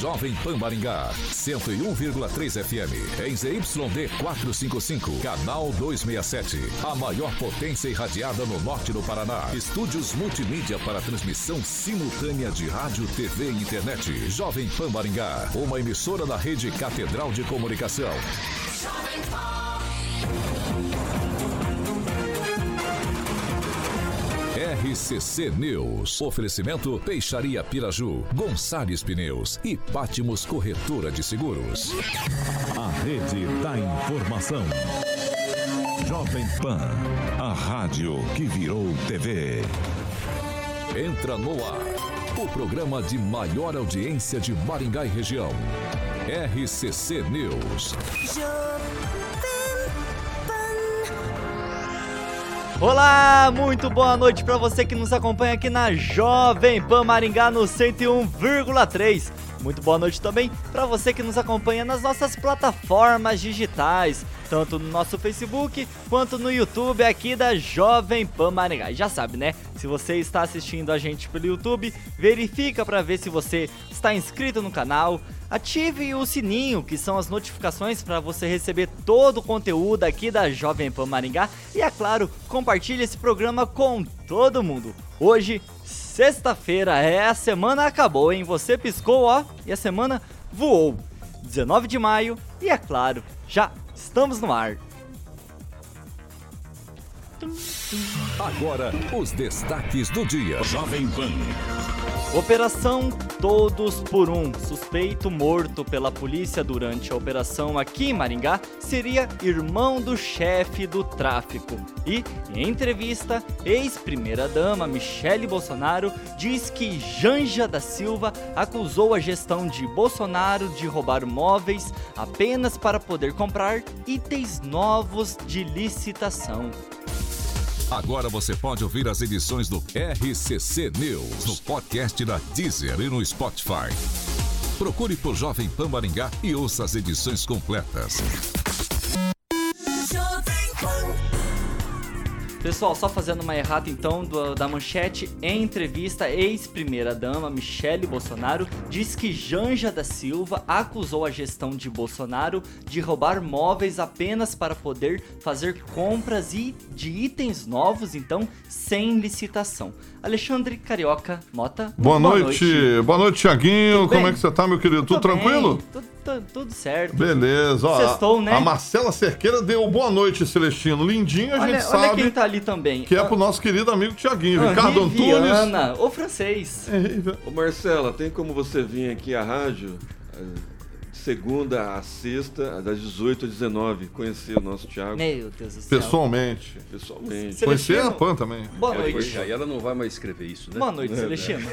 Jovem Pan Maringá, 101,3 FM, em ZYD 455, canal 267, a maior potência irradiada no norte do Paraná. Estúdios multimídia para transmissão simultânea de rádio, TV e internet. Jovem Pan Maringá, uma emissora da rede Catedral de Comunicação. Jovem Pan. RCC News. Oferecimento Peixaria Piraju, Gonçalves Pneus e Pátimos Corretora de Seguros. A rede da informação. Jovem Pan, a rádio que virou TV. Entra no ar, o programa de maior audiência de Maringá e região. RCC News. Olá, muito boa noite para você que nos acompanha aqui na Jovem Pan Maringá no 101,3. Muito boa noite também para você que nos acompanha nas nossas plataformas digitais, tanto no nosso Facebook quanto no YouTube aqui da Jovem Pan Maringá. E já sabe, né? Se você está assistindo a gente pelo YouTube, verifica para ver se você está inscrito no canal. Ative o sininho, que são as notificações para você receber todo o conteúdo aqui da Jovem Pan Maringá. E é claro, compartilhe esse programa com todo mundo. Hoje, sexta-feira, a semana acabou, hein? Você piscou, ó, e a semana voou. 19 de maio e é claro, já estamos no ar. Agora, os destaques do dia. Jovem Pan. Operação Todos por Um. Suspeito morto pela polícia durante a operação aqui em Maringá seria irmão do chefe do tráfico. E, em entrevista, ex-primeira-dama Michele Bolsonaro diz que Janja da Silva acusou a gestão de Bolsonaro de roubar móveis apenas para poder comprar itens novos de licitação. Agora você pode ouvir as edições do RCC News no podcast da Deezer e no Spotify. Procure por Jovem Pan Maringá e ouça as edições completas. Pessoal, só fazendo uma errata então da manchete. Em entrevista, ex-primeira-dama Michele Bolsonaro diz que Janja da Silva acusou a gestão de Bolsonaro de roubar móveis apenas para poder fazer compras de itens novos, então, sem licitação. Alexandre Carioca Mota. Boa noite, Thiaguinho. Como é que você tá, meu querido? Tudo tranquilo? Tudo certo. Beleza. Ó, Sextou, né? A Marcela Cerqueira deu boa noite, Celestino. Lindinho, a gente sabe. Olha quem tá ali também. Que é pro nosso querido amigo Thiaguinho. Ricardo Antunes. O francês. Ô Marcela, tem como você vir aqui à rádio segunda a sexta, das 18 às 19, conhecer o nosso Thiago? Meu Deus do céu. Pessoalmente. Conhecer a Pan também. Boa noite. Aí ela não vai mais escrever isso, né? Boa noite, Celestino.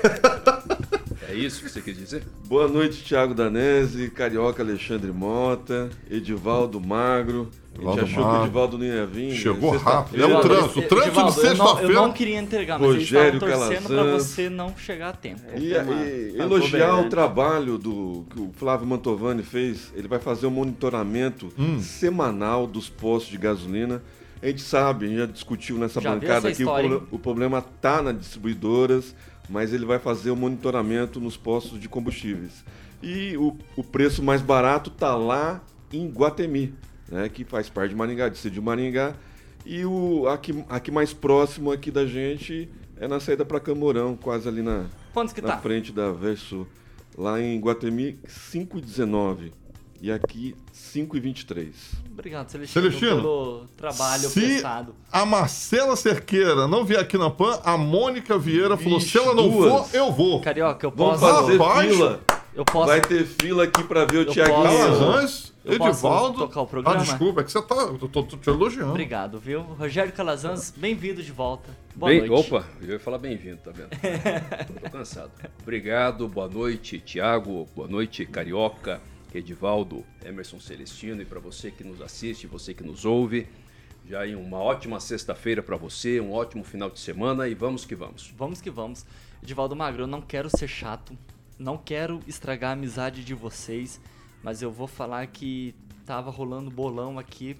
É isso que você quer dizer? Boa noite, Thiago Danese, Carioca Alexandre Mota, Edivaldo Magro. A gente achou que o Edivaldo não ia vir. Chegou rápido. É o trânsito. O trânsito de sexta-feira. Eu não queria entregar, mas Rogério eles estavam torcendo Calazans. pra você não chegar a tempo. E elogiar o trabalho que o Flávio Mantovani fez. Ele vai fazer um monitoramento semanal dos postos de gasolina. A gente sabe, a gente já discutiu nessa bancada aqui, o problema está nas distribuidoras, mas ele vai fazer o monitoramento nos postos de combustíveis. E o preço mais barato está lá em Guatemi, né, que faz parte de Maringá, de Maringá. E aqui mais próximo aqui da gente é na saída para Camorão, quase ali na frente da Verso. Lá em Guatemi, 5,19. E aqui, 5,23. Obrigado, Celestino, pelo trabalho prestado. A Marcela Cerqueira não vier aqui na PAN, a Mônica Vieira falou, se ela não for, eu vou. Carioca, eu posso... Vamos fazer fila. Vai ter fila aqui pra ver o Thiaguinho. Calazans, Edivaldo... tocar o programa? Desculpa, é que você tá... Eu tô te elogiando. Obrigado, viu? Rogério Calazans, bem-vindo de volta. Boa noite. Opa, eu ia falar bem-vindo, tá vendo? Tô cansado. Obrigado, boa noite, Thiago. Boa noite, Carioca, Edivaldo, Emerson Celestino. E para você que nos assiste, você que nos ouve, já em uma ótima sexta-feira para você, um ótimo final de semana e vamos que vamos. Vamos que vamos. Edivaldo Magro, eu não quero ser chato, não quero estragar a amizade de vocês, mas eu vou falar que tava rolando bolão aqui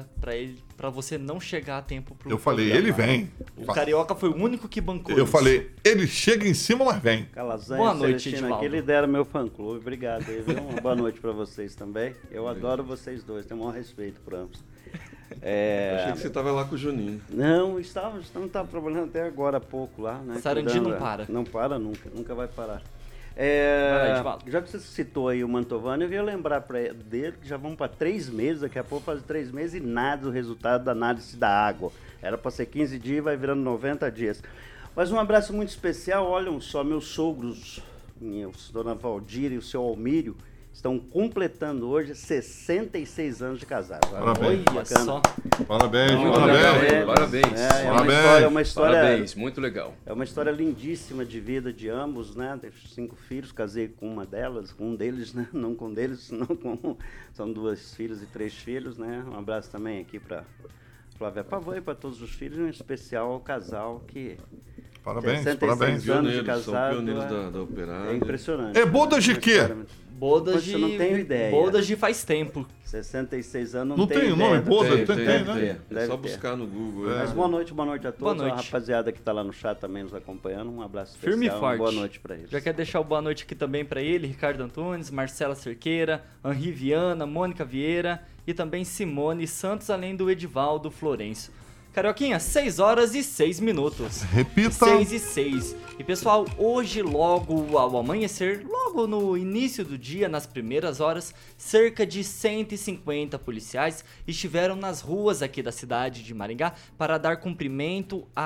pra você não chegar a tempo pro Eu falei, programa. ele vem. O Carioca foi o único que bancou Eu isso. falei, ele chega em cima, mas vem. Calazans, Boa noite, Celestino Edivaldo. aqui, lidera meu fã-clube. Obrigado aí, viu? Uma boa noite pra vocês também. Eu adoro vocês dois, tenho o maior respeito por ambos. Eu achei que você estava lá com o Juninho. Não, estamos trabalhando até agora há pouco lá, né? Sarandi cuidando- não para. Não para nunca vai parar. Vai lá, Edivaldo. Já que você citou aí o Mantovani, eu ia lembrar dele que já vamos para 3 meses, daqui a pouco faz 3 meses e nada do resultado da análise da água. Era para ser 15 dias e vai virando 90 dias. Mas um abraço muito especial, olham só, meus sogros, Dona Valdira e o seu Almírio, estão completando hoje 66 anos de casado. Parabéns. Olha só. Parabéns, Muito parabéns. legal, parabéns. É uma história, Parabéns, muito legal. é uma história lindíssima de vida de ambos, né? Tenho 5 filhos, casei com uma delas, com um deles, né? Não com um deles, não com... São 2 filhas e 3 filhos, né? Um abraço também aqui para Flávia Pavão e para todos os filhos, em especial ao casal que... Parabéns, 66 parabéns. anos de Pioneiros, são casado, pioneiros é- da Operária. É impressionante. É bodas de Uma quê? história muito- Bodas Poxa, de... eu não tenho ideia. Bodas de faz tempo. 66 anos, Não tem o nome, ideia. boda? Tem, Tem, tem, né? tem. É Deve só ter. buscar no Google. É. Mas boa noite a todos. Boa noite. A rapaziada que está lá no chat também nos acompanhando. Um abraço especial. Firme e forte. Boa noite para eles. Já quer deixar o boa noite aqui também pra ele, Ricardo Antunes, Marcela Cerqueira, Henri Viana, Mônica Vieira e também Simone Santos, além do Edivaldo Florencio. Carioquinha, 6 horas e 6 minutos. Repita. 6 e 6. E pessoal, hoje logo ao amanhecer, logo no início do dia, nas primeiras horas, cerca de 150 policiais estiveram nas ruas aqui da cidade de Maringá para dar cumprimento a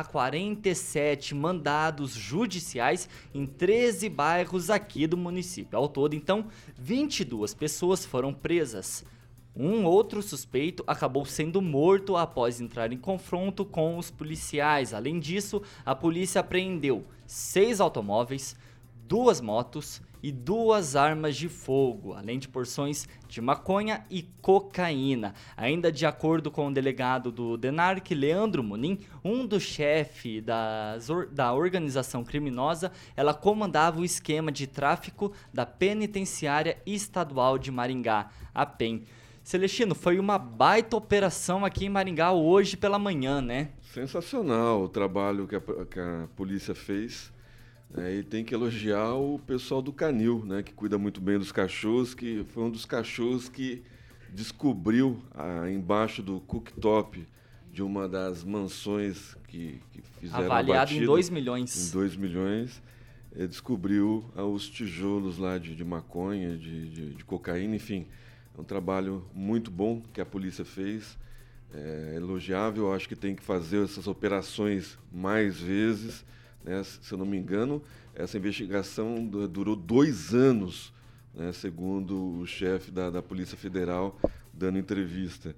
47 mandados judiciais em 13 bairros aqui do município. Ao todo, então, 22 pessoas foram presas. Um outro suspeito acabou sendo morto após entrar em confronto com os policiais. Além disso, a polícia apreendeu 6 automóveis, 2 motos e 2 armas de fogo, além de porções de maconha e cocaína. Ainda de acordo com o delegado do DENARC, Leandro Monim, um dos chefes da organização criminosa, ela comandava o esquema de tráfico da Penitenciária Estadual de Maringá, a PEN. Celestino, foi uma baita operação aqui em Maringá hoje pela manhã, né? Sensacional o trabalho que a polícia fez. E tem que elogiar o pessoal do Canil, né, que cuida muito bem dos cachorros, que foi um dos cachorros que descobriu embaixo do cooktop de uma das mansões que fizeram Avaliado a batida, em 2 milhões. Em 2 milhões. Descobriu os tijolos lá de maconha, de cocaína, enfim. É um trabalho muito bom que a polícia fez, elogiável. Eu acho que tem que fazer essas operações mais vezes, né? Se eu não me engano, essa investigação durou 2 anos, né? Segundo o chefe da Polícia Federal dando entrevista.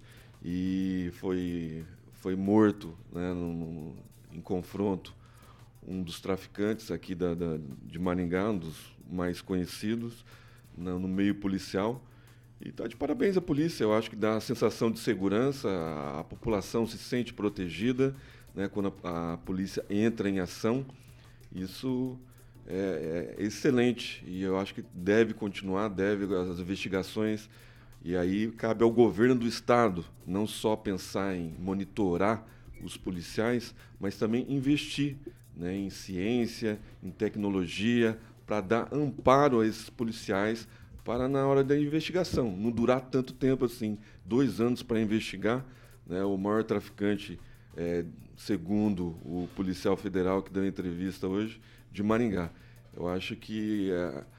E foi morto, né, em confronto um dos traficantes aqui de Maringá, um dos mais conhecidos no meio policial. E tá de parabéns à polícia. Eu acho que dá a sensação de segurança, a população se sente protegida, né, quando a polícia entra em ação. Isso é excelente e eu acho que deve continuar, as investigações. E aí cabe ao governo do estado não só pensar em monitorar os policiais, mas também investir, né, em ciência, em tecnologia, para dar amparo a esses policiais para na hora da investigação, não durar tanto tempo assim, 2 anos para investigar, né, o maior traficante, segundo o policial federal que deu entrevista hoje, de Maringá. Eu acho que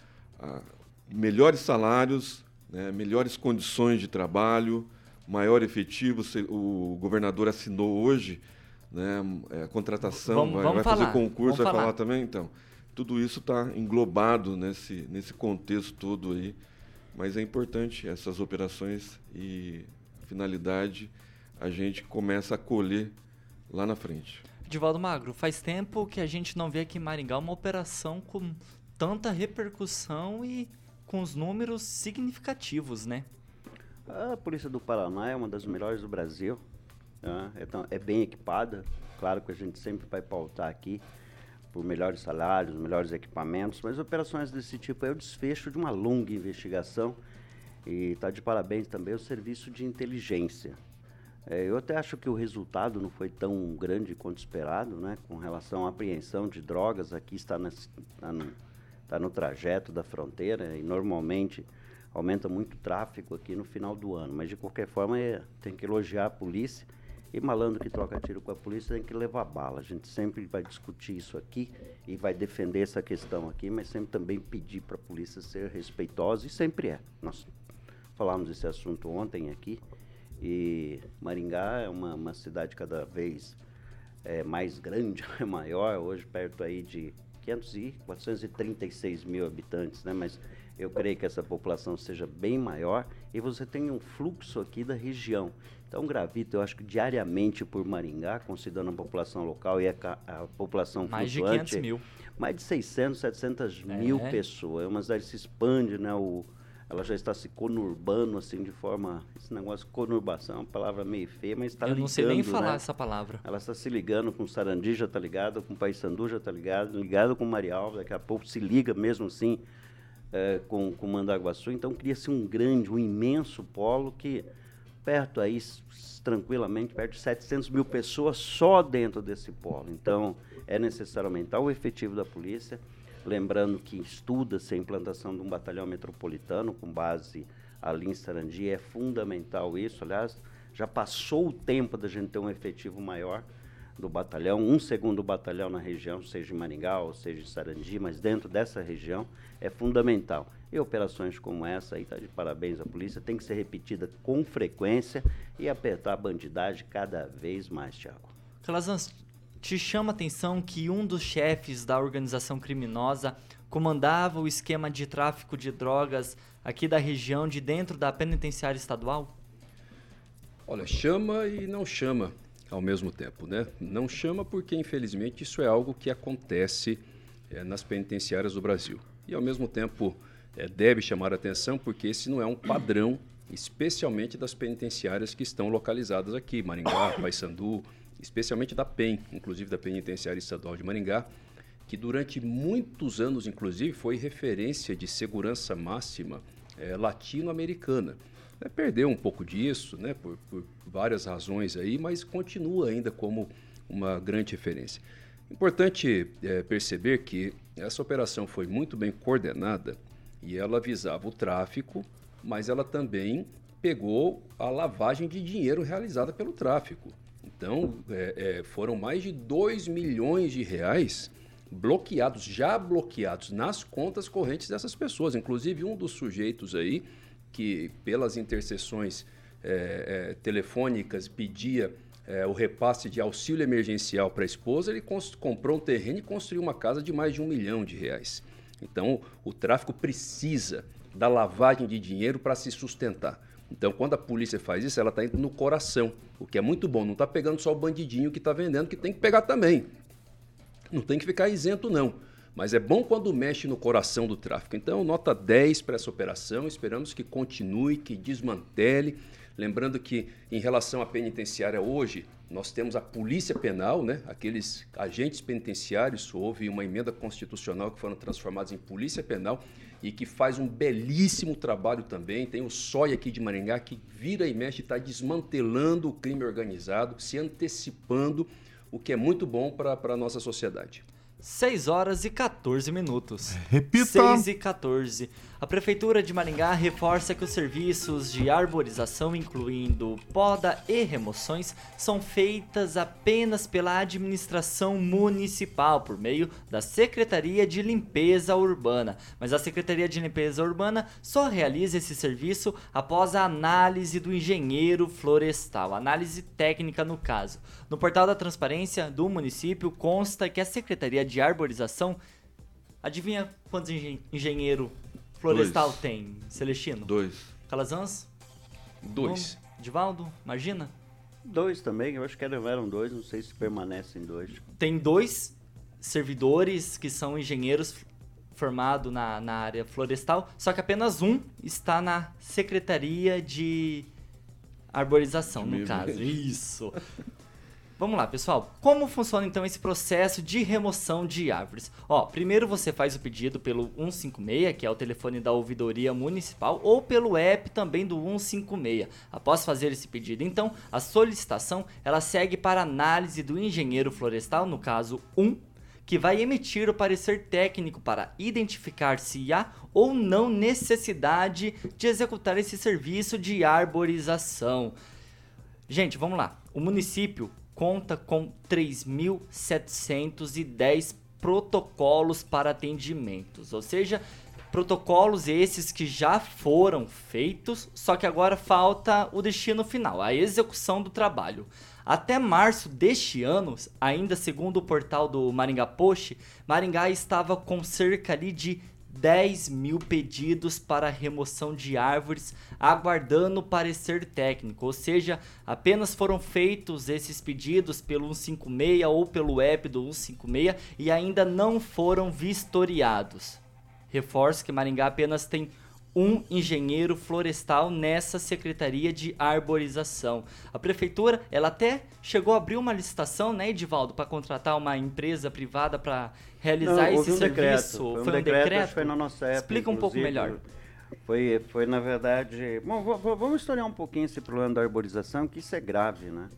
melhores salários, né, melhores condições de trabalho, maior efetivo, o governador assinou hoje, né, a contratação, vai fazer concurso, vai falar também, então. Tudo isso está englobado nesse contexto todo aí, mas é importante essas operações e a finalidade a gente começa a colher lá na frente. Edivaldo Magro, faz tempo que a gente não vê aqui em Maringá uma operação com tanta repercussão e com os números significativos, né? A Polícia do Paraná é uma das melhores do Brasil, né? Então, é bem equipada, claro que a gente sempre vai pautar aqui por melhores salários, melhores equipamentos, mas operações desse tipo é o desfecho de uma longa investigação E está de parabéns também o serviço de inteligência. Eu até acho que o resultado não foi tão grande quanto esperado, né? Com relação à apreensão de drogas, aqui está no trajeto da fronteira e normalmente aumenta muito o tráfego aqui no final do ano. Mas de qualquer forma tem que elogiar a polícia. E malandro que troca tiro com a polícia tem que levar bala. A gente sempre vai discutir isso aqui e vai defender essa questão aqui, mas sempre também pedir para a polícia ser respeitosa, e sempre é. Nós falamos desse assunto ontem aqui, e Maringá é uma cidade cada vez mais grande, maior, hoje perto aí de 436 mil habitantes, né? Mas eu creio que essa população seja bem maior, e você tem um fluxo aqui da região. Então, gravita, eu acho que diariamente por Maringá, considerando a população local e a população mais flutuante... Mais de 500 mil. Mais de 600, 700 mil pessoas. É uma cidade que se expande, né? Ela já está se conurbando, assim, de forma... Esse negócio de conurbação é uma palavra meio feia, mas está ligando, eu não sei nem falar né? essa palavra. Ela está se ligando com Sarandi, já está ligado, com Paissandu já está ligado com Marialva, daqui a pouco se liga mesmo assim com Mandaguaçu. Então, cria-se um imenso polo que... perto aí, tranquilamente, perto de 700 mil pessoas só dentro desse polo. Então, é necessário aumentar o efetivo da polícia, lembrando que estuda-se a implantação de um batalhão metropolitano com base ali em Sarandi, é fundamental isso. Aliás, já passou o tempo da gente ter um efetivo maior do batalhão, um segundo batalhão na região, seja em Maringá ou seja em Sarandi, mas dentro dessa região é fundamental. E operações como essa, aí está de parabéns à polícia, tem que ser repetida com frequência e apertar a bandidagem cada vez mais, Thiago. Calazans, te chama a atenção que um dos chefes da organização criminosa comandava o esquema de tráfico de drogas aqui da região, de dentro da penitenciária estadual? Olha, chama e não chama ao mesmo tempo, né? Não chama porque, infelizmente, isso é algo que acontece nas penitenciárias do Brasil. E, ao mesmo tempo, deve chamar a atenção porque esse não é um padrão, especialmente das penitenciárias que estão localizadas aqui, Maringá, Paissandu, especialmente da PEN, inclusive da Penitenciária Estadual de Maringá, que durante muitos anos, inclusive, foi referência de segurança máxima latino-americana. Perdeu um pouco disso, né, por várias razões aí, mas continua ainda como uma grande referência. Importante perceber que essa operação foi muito bem coordenada e ela visava o tráfico, mas ela também pegou a lavagem de dinheiro realizada pelo tráfico. Então, foram mais de 2 milhões de reais já bloqueados nas contas correntes dessas pessoas. Inclusive, um dos sujeitos aí, que pelas interseções telefônicas pedia o repasse de auxílio emergencial para a esposa, ele comprou um terreno e construiu uma casa de mais de 1 milhão de reais. Então, o tráfico precisa da lavagem de dinheiro para se sustentar. Então, quando a polícia faz isso, ela está indo no coração, o que é muito bom. Não está pegando só o bandidinho que está vendendo, que tem que pegar também. Não tem que ficar isento, não. Mas é bom quando mexe no coração do tráfico. Então, nota 10 para essa operação. Esperamos que continue, que desmantele. Lembrando que, em relação à penitenciária hoje, nós temos a Polícia Penal, né? Aqueles agentes penitenciários, houve uma emenda constitucional que foram transformados em Polícia Penal e que faz um belíssimo trabalho também. Tem o SOI aqui de Maringá que vira e mexe, está desmantelando o crime organizado, se antecipando, o que é muito bom para a nossa sociedade. 6 horas e 14 minutos. Repita! 6 e 14. A Prefeitura de Maringá reforça que os serviços de arborização, incluindo poda e remoções, são feitas apenas pela administração municipal, por meio da Secretaria de Limpeza Urbana. Mas a Secretaria de Limpeza Urbana só realiza esse serviço após a análise do engenheiro florestal, análise técnica no caso. No portal da transparência do município consta que a Secretaria de Arborização, adivinha quantos engenheiro florestal tem, Celestino? 2. Calazans? 2. Divaldo? Imagina? 2 também, eu acho que eram 2, não sei se permanecem 2. Tem 2 servidores que são engenheiros formados na área florestal, só que apenas um está na Secretaria de Arborização, no caso. Isso. Vamos lá, pessoal. Como funciona então esse processo de remoção de árvores? Primeiro você faz o pedido pelo 156, que é o telefone da ouvidoria municipal, ou pelo app também do 156. Após fazer esse pedido, então, a solicitação ela segue para análise do engenheiro florestal, no caso 1, que vai emitir o parecer técnico para identificar se há ou não necessidade de executar esse serviço de arborização. Gente, vamos lá. O município conta com 3.710 protocolos para atendimentos, ou seja, protocolos esses que já foram feitos, só que agora falta o destino final, a execução do trabalho. Até março deste ano, ainda segundo o portal do Maringá Post, Maringá estava com cerca ali de 10 mil pedidos para remoção de árvores, aguardando parecer técnico, ou seja, apenas foram feitos esses pedidos pelo 156 ou pelo app do 156 e ainda não foram vistoriados. Reforço que Maringá apenas tem um engenheiro florestal nessa Secretaria de Arborização. A prefeitura, ela até chegou a abrir uma licitação, né, Edivaldo, para contratar uma empresa privada para realizar esse serviço. Foi um decreto? Acho que foi na nossa época. Explica um pouco melhor. Foi na verdade... Bom, vamos historiar um pouquinho esse problema da arborização, que isso é grave, né?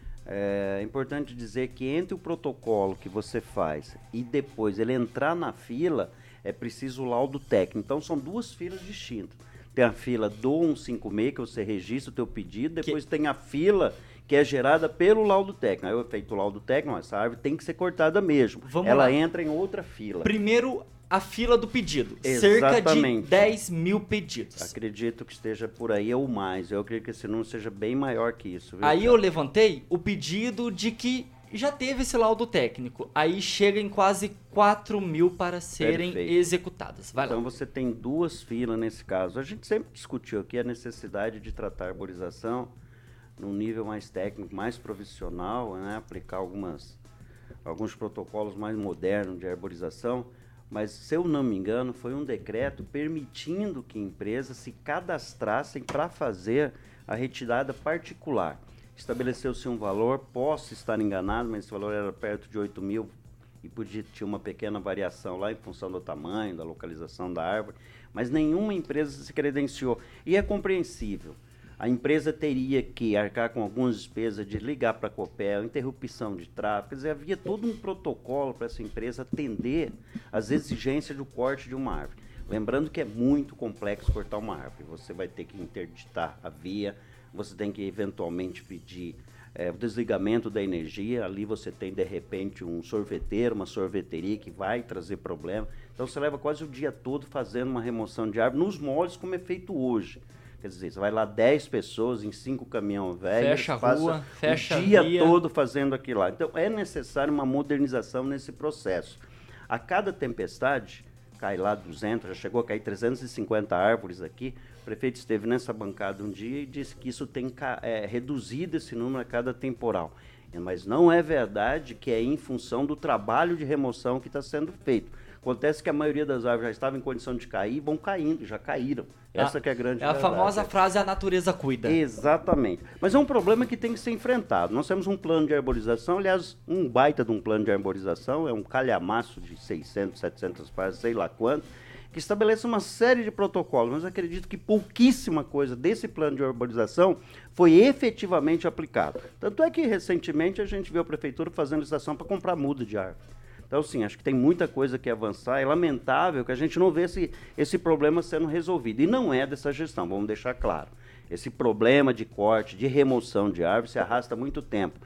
É importante dizer que entre o protocolo que você faz e depois ele entrar na fila, é preciso o laudo técnico. Então, são duas filas distintas. Tem a fila do 156, que você registra o teu pedido, depois tem a fila que é gerada pelo laudo técnico. Aí eu feito o laudo técnico, essa árvore tem que ser cortada mesmo. Ela entra em outra fila. Primeiro, a fila do pedido. Exatamente. Cerca de 10 mil pedidos. Acredito que esteja por aí ou mais. Eu acredito que esse número seja bem maior que isso. Viu, aí eu levantei o pedido de que já teve esse laudo técnico, aí chega em quase 4 mil para serem executadas. Vai então lá. Você tem duas filas nesse caso. A gente sempre discutiu aqui a necessidade de tratar a arborização num nível mais técnico, mais profissional, né? Aplicar alguns protocolos mais modernos de arborização, mas, se eu não me engano, foi um decreto permitindo que empresas se cadastrassem para fazer a retirada particular. Estabeleceu-se um valor, posso estar enganado, mas esse valor era perto de 8 mil e tinha uma pequena variação lá em função do tamanho, da localização da árvore, mas nenhuma empresa se credenciou. E é compreensível. A empresa teria que arcar com algumas despesas de ligar para a Copel, interrupção de tráfego, quer dizer, havia todo um protocolo para essa empresa atender às exigências do corte de uma árvore. Lembrando que é muito complexo cortar uma árvore, você vai ter que interditar a via, você tem que eventualmente pedir o desligamento da energia, ali você tem de repente um sorveteiro, uma sorveteria que vai trazer problema. Então você leva quase o dia todo fazendo uma remoção de árvore nos moldes como é feito hoje. Quer dizer, você vai lá 10 pessoas em 5 caminhões velhos, fecha a rua, fecha o dia todo fazendo aquilo lá. Então é necessário uma modernização nesse processo. A cada tempestade, cai lá 200, já chegou a cair 350 árvores aqui. O prefeito esteve nessa bancada um dia e disse que isso tem reduzido esse número a cada temporal. Mas não é verdade que é em função do trabalho de remoção que está sendo feito. Acontece que a maioria das árvores já estavam em condição de cair e vão caindo, já caíram. Essa que é a grande verdade. É a famosa frase, a natureza cuida. Exatamente. Mas é um problema que tem que ser enfrentado. Nós temos um plano de arborização, aliás, um baita de um plano de arborização, é um calhamaço de 600, 700 páginas, sei lá quanto, que estabelece uma série de protocolos, mas acredito que pouquíssima coisa desse plano de arborização foi efetivamente aplicado. Tanto é que, recentemente, a gente viu a prefeitura fazendo licitação para comprar muda de árvore. Então, sim, acho que tem muita coisa que avançar. É lamentável que a gente não vê esse problema sendo resolvido. E não é dessa gestão, vamos deixar claro. Esse problema de corte, de remoção de árvores se arrasta há muito tempo.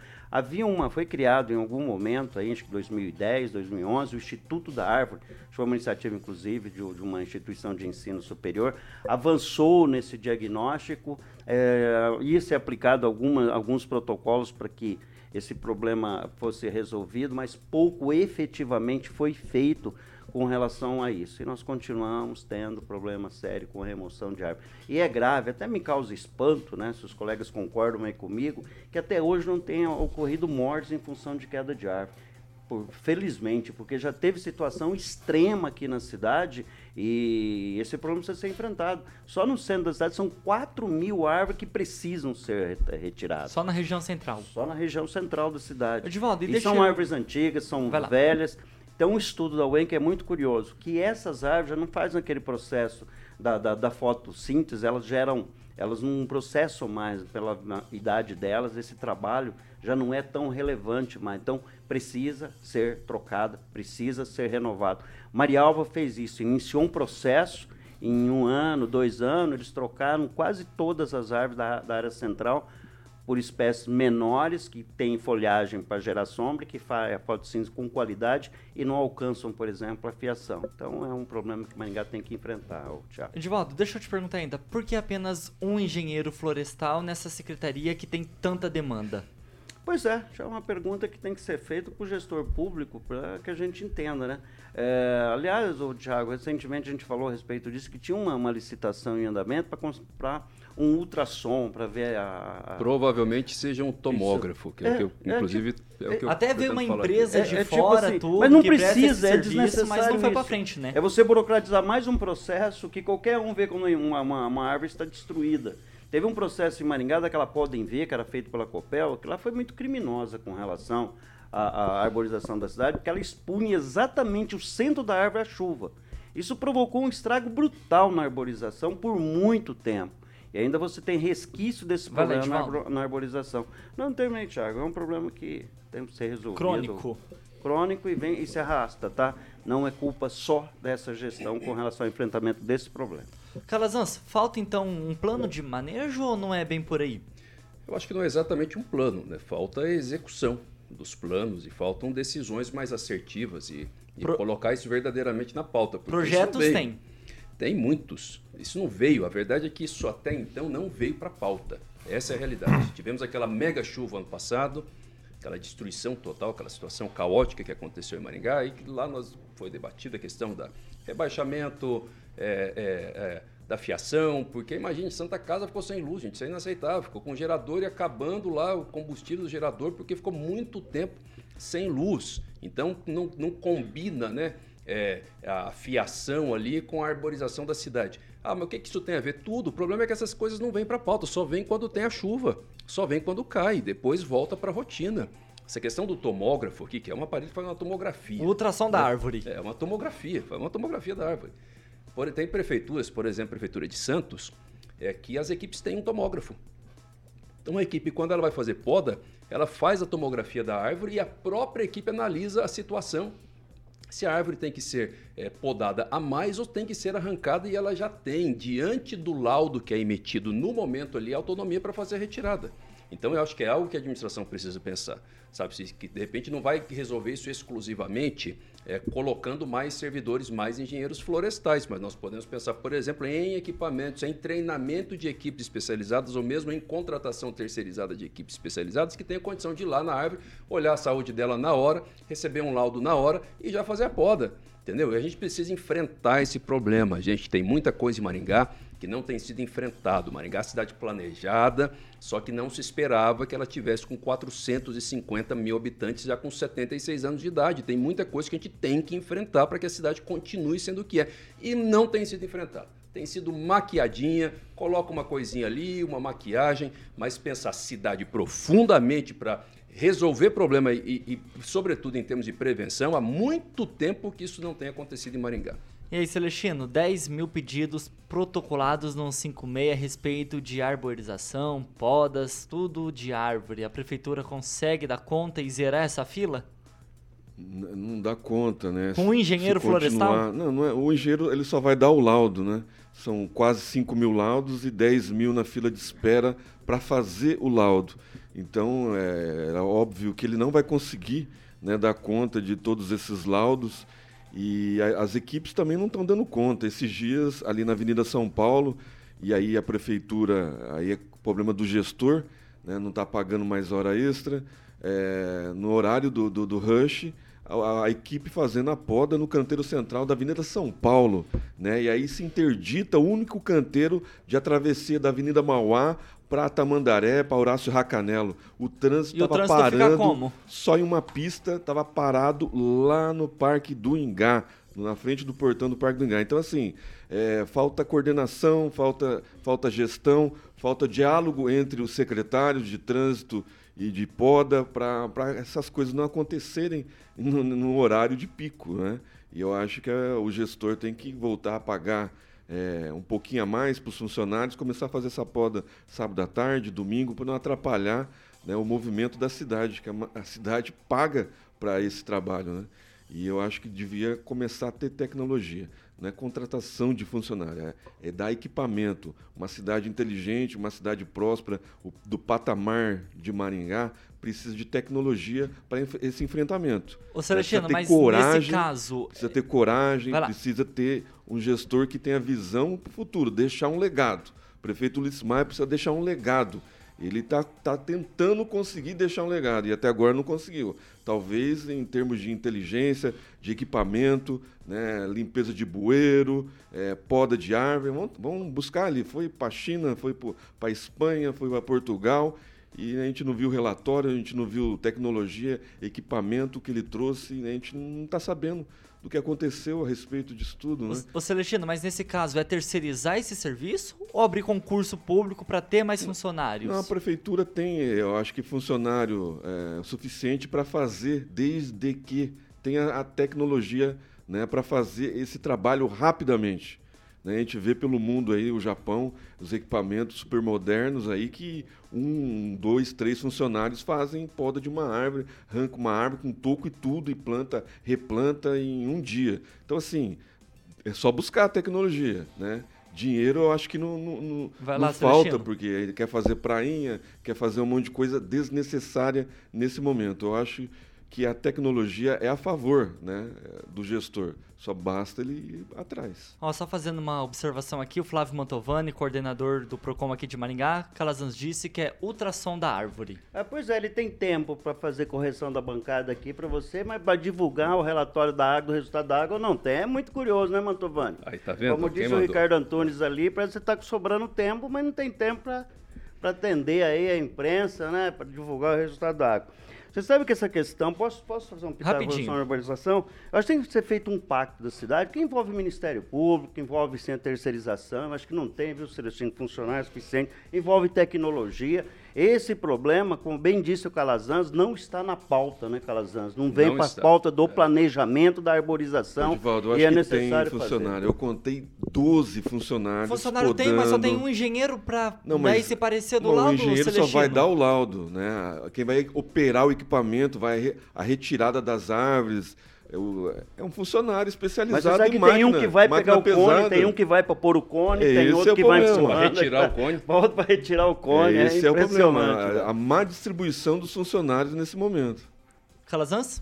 Foi criado em algum momento, aí, acho que 2010, 2011, o Instituto da Árvore, foi uma iniciativa, inclusive, de uma instituição de ensino superior, avançou nesse diagnóstico, ia ser aplicado alguns protocolos para que esse problema fosse resolvido, mas pouco efetivamente foi feito com relação a isso. E nós continuamos tendo problema sério com a remoção de árvore. E é grave, até me causa espanto, né, se os colegas concordam aí comigo, que até hoje não tenha ocorrido mortes em função de queda de árvore. felizmente, porque já teve situação extrema aqui na cidade e esse problema precisa ser enfrentado. Só no centro da cidade são 4.000 árvores que precisam ser retiradas. Só na região central? Só na região central da cidade. Edivaldo, e são árvores antigas, são velhas. Tem um estudo da UEM que é muito curioso, que essas árvores já não fazem aquele processo da fotossíntese, elas não processam mais pela idade delas, esse trabalho já não é tão relevante mais, então precisa ser trocada, precisa ser renovado. Marialva fez isso, iniciou um processo, em 1 ano, 2 anos, eles trocaram quase todas as árvores da área central por espécies menores, que têm folhagem para gerar sombra, que fazem a fotossíntese com qualidade e não alcançam, por exemplo, a fiação. Então é um problema que Maringá tem que enfrentar, Thiago. Edivaldo, deixa eu te perguntar ainda, por que apenas um engenheiro florestal nessa secretaria que tem tanta demanda? Pois é, já é uma pergunta que tem que ser feita para o gestor público, para que a gente entenda, né? Aliás, Thiago, recentemente a gente falou a respeito disso, que tinha uma licitação em andamento para comprar um ultrassom, para ver Provavelmente seja um tomógrafo, que é o que eu, inclusive... é o que eu até veio uma empresa de tipo fora, assim, tudo, mas não que precisa, é serviço, desnecessário. mas não foi para isso. frente, né? É você burocratizar mais um processo que qualquer um vê quando uma árvore está destruída. Teve um processo em Maringá, daquela poda em V, que era feito pela Copel, que lá foi muito criminosa com relação à arborização da cidade, porque ela expunha exatamente o centro da árvore à chuva. Isso provocou um estrago brutal na arborização por muito tempo. E ainda você tem resquício desse problema na arborização. Não terminei, Thiago, é um problema que tem que ser resolvido. Crônico e se arrasta, tá? Não é culpa só dessa gestão com relação ao enfrentamento desse problema. Calazans, falta então um plano de manejo ou não é bem por aí? Eu acho que não é exatamente um plano, né? Falta a execução dos planos e faltam decisões mais assertivas e colocar isso verdadeiramente na pauta. Projetos tem? Tem muitos. Isso não veio. A verdade é que isso até então não veio para a pauta. Essa é a realidade. Tivemos aquela mega chuva ano passado, aquela destruição total, aquela situação caótica que aconteceu em Maringá, e que lá foi debatida a questão da rebaixamento, da fiação, porque imagine, Santa Casa ficou sem luz, gente, isso é inaceitável, ficou com o gerador e acabando lá o combustível do gerador, porque ficou muito tempo sem luz. Então não combina, né, a fiação ali com a arborização da cidade. Ah, mas o que isso tem a ver? Tudo. O problema é que essas coisas não vêm para a pauta, só vem quando tem a chuva, só vem quando cai, depois volta para a rotina. Essa questão do tomógrafo aqui, que é um aparelho que faz uma tomografia. O ultrassom da árvore. É uma tomografia, faz uma tomografia da árvore. Tem prefeituras, por exemplo, a Prefeitura de Santos, que as equipes têm um tomógrafo. Então a equipe, quando ela vai fazer poda, ela faz a tomografia da árvore e a própria equipe analisa a situação. Se a árvore tem que ser podada a mais ou tem que ser arrancada, e ela já tem, diante do laudo que é emitido no momento ali, autonomia para fazer a retirada. Então eu acho que é algo que a administração precisa pensar. Sabe, que de repente não vai resolver isso exclusivamente colocando mais servidores, mais engenheiros florestais, mas nós podemos pensar, por exemplo, em equipamentos, em treinamento de equipes especializadas ou mesmo em contratação terceirizada de equipes especializadas que tenham condição de ir lá na árvore, olhar a saúde dela na hora, receber um laudo na hora e já fazer a poda. Entendeu? E a gente precisa enfrentar esse problema. A gente tem muita coisa em Maringá que não tem sido enfrentado. Maringá é uma cidade planejada, só que não se esperava que ela tivesse com 450 mil habitantes já com 76 anos de idade. Tem muita coisa que a gente tem que enfrentar para que a cidade continue sendo o que é. E não tem sido enfrentada. Tem sido maquiadinha, coloca uma coisinha ali, uma maquiagem, mas pensar cidade profundamente para resolver problema e, sobretudo, em termos de prevenção, há muito tempo que isso não tem acontecido em Maringá. E aí, Celestino, 10 mil pedidos protocolados no 56 a respeito de arborização, podas, tudo de árvore. A prefeitura consegue dar conta e zerar essa fila? Não dá conta, né? Com um engenheiro florestal? Não é. O engenheiro ele só vai dar o laudo, né? São quase 5 mil laudos e 10 mil na fila de espera para fazer o laudo. Então, é óbvio que ele não vai conseguir, né, dar conta de todos esses laudos. E as equipes também não estão dando conta. Esses dias, ali na Avenida São Paulo, e aí a prefeitura, aí é problema do gestor, né, não está pagando mais hora extra, no horário do rush, a equipe fazendo a poda no canteiro central da Avenida São Paulo, né, e aí se interdita o único canteiro de travessia da Avenida Mauá para Tamandaré, para Horácio Racanelo. O trânsito estava parando só em uma pista, estava parado lá no Parque do Ingá, na frente do portão do Parque do Ingá. Então, assim, falta coordenação, falta gestão, falta diálogo entre os secretários de trânsito e de poda para essas coisas não acontecerem no horário de pico, né? E eu acho que o gestor tem que voltar a pagar um pouquinho a mais para os funcionários, começar a fazer essa poda sábado à tarde, domingo, para não atrapalhar, né, o movimento da cidade, que a cidade paga para esse trabalho, né? E eu acho que devia começar a ter tecnologia, não é contratação de funcionário, é dar equipamento. Uma cidade inteligente, uma cidade próspera, do patamar de Maringá, precisa de tecnologia para esse enfrentamento. Ô, Celestino, mas coragem, nesse caso... Precisa ter coragem, precisa ter um gestor que tenha visão para o futuro, deixar um legado. O prefeito Ulisses Maia precisa deixar um legado. Ele está tentando conseguir deixar um legado e até agora não conseguiu. Talvez em termos de inteligência, de equipamento, né, limpeza de bueiro, poda de árvore. Vamos buscar ali. Foi para a China, foi para a Espanha, foi para Portugal e a gente não viu relatório, a gente não viu tecnologia, equipamento que ele trouxe, a gente não está sabendo do que aconteceu a respeito disso tudo, né? Ô Celestino, mas nesse caso é terceirizar esse serviço ou abrir concurso público para ter mais funcionários? Não, a prefeitura tem, eu acho que funcionário suficiente para fazer, desde que tenha a tecnologia, né, para fazer esse trabalho rapidamente. Né? A gente vê pelo mundo aí, o Japão, os equipamentos super modernos aí que 1, 2, 3 funcionários fazem poda de uma árvore, arranca uma árvore com toco e tudo e replanta em um dia. Então, assim, é só buscar a tecnologia, né? Dinheiro eu acho que não falta, porque ele quer fazer prainha, quer fazer um monte de coisa desnecessária nesse momento. Eu acho que a tecnologia é a favor, né, do gestor. Só basta ele ir atrás. Só fazendo uma observação aqui, o Flávio Mantovani, coordenador do PROCON aqui de Maringá, Calazans disse que é ultrassom da árvore. Pois é, ele tem tempo para fazer correção da bancada aqui para você, mas para divulgar o relatório da água, do resultado da água, não tem. É muito curioso, né, Mantovani? Aí, tá vendo? Como disse o Ricardo Antunes ali, parece que você está sobrando tempo, mas não tem tempo para atender aí a imprensa, né, para divulgar o resultado da água. Você sabe que essa questão, posso fazer um pitaco em relação à urbanização? Eu acho que tem que ser feito um pacto da cidade que envolve o Ministério Público, que envolve sem a terceirização, eu acho que não tem, viu, Celestino, funcionário suficiente, envolve tecnologia. Esse problema, como bem disse o Calazans, não está na pauta, né, Calazans? Não vem para a pauta do planejamento da arborização. Edivaldo, eu acho e é que necessário tem funcionário. fazer. Eu contei 12 funcionários. Funcionário podando. tem, mas só tem um engenheiro para daí se parecer do laudo. O engenheiro Celestino só vai dar o laudo, né? Quem vai operar o equipamento, a retirada das árvores. É um funcionário especializado em máquina. Tem um que vai pegar o pesada. cone, tem um que vai para pôr o cone, tem outro que vai para retirar o cone. Volta para retirar o cone. Esse é o problema, né? a má distribuição dos funcionários nesse momento. Calazans?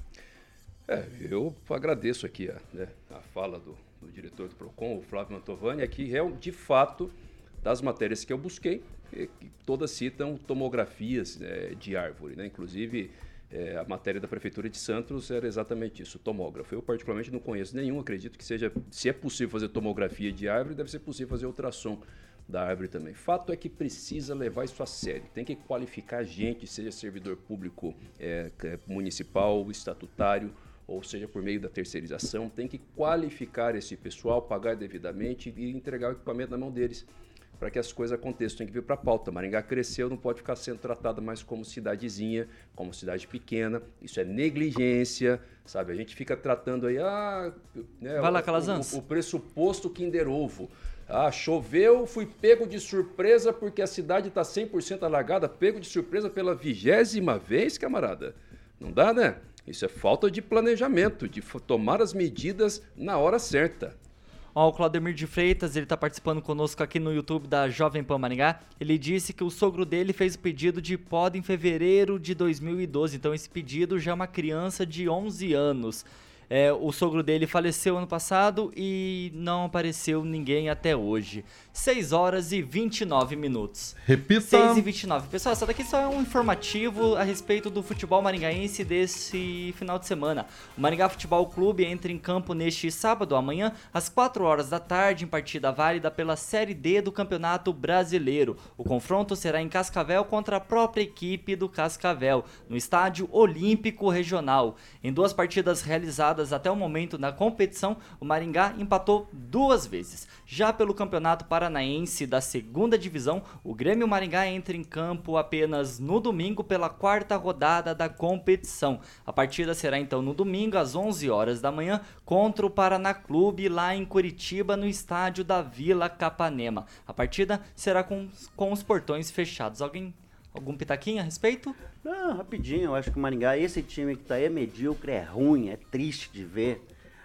Eu agradeço aqui a fala do diretor do PROCON, o Flávio Mantovani, aqui de fato, das matérias que eu busquei, todas citam tomografias de árvore, né? Inclusive, a matéria da Prefeitura de Santos era exatamente isso, tomógrafo. Eu particularmente não conheço nenhum, acredito que seja, se é possível fazer tomografia de árvore, deve ser possível fazer ultrassom da árvore também. Fato é que precisa levar isso a sério, tem que qualificar gente, seja servidor público municipal, estatutário, ou seja, por meio da terceirização, tem que qualificar esse pessoal, pagar devidamente e entregar o equipamento na mão deles, para que as coisas aconteçam. Tem que vir para a pauta. Maringá cresceu, não pode ficar sendo tratada mais como cidadezinha, como cidade pequena. Isso é negligência, sabe? A gente fica tratando aí, Vai lá, Calazans. O pressuposto Kinder Ovo. Choveu, fui pego de surpresa porque a cidade está 100% alagada, pego de surpresa pela 20ª vez, camarada. Não dá, né? Isso é falta de planejamento, de tomar as medidas na hora certa. O Claudemir de Freitas, ele está participando conosco aqui no YouTube da Jovem Pan Maringá. Ele disse que o sogro dele fez o pedido de poda em fevereiro de 2012. Então esse pedido já é uma criança de 11 anos. O sogro dele faleceu ano passado e não apareceu ninguém até hoje. 6 horas e 29 minutos. Repita. 6 e 29. Pessoal, essa daqui só é um informativo a respeito do futebol maringaense desse final de semana. O Maringá Futebol Clube entra em campo neste sábado, amanhã, às 4 horas da tarde, em partida válida pela Série D do Campeonato Brasileiro. O confronto será em Cascavel contra a própria equipe do Cascavel, no Estádio Olímpico Regional. Em 2 partidas realizadas até o momento na competição, o Maringá empatou 2 vezes. Já pelo Campeonato Paranaense da 2ª Divisão, o Grêmio Maringá entra em campo apenas no domingo pela 4ª rodada da competição. A partida será então no domingo às 11 horas da manhã contra o Paraná Clube lá em Curitiba, no estádio da Vila Capanema. A partida será com os portões fechados. Algum pitaquinho a respeito? Não, rapidinho, eu acho que o Maringá, esse time que tá aí é medíocre, é ruim, é triste de ver.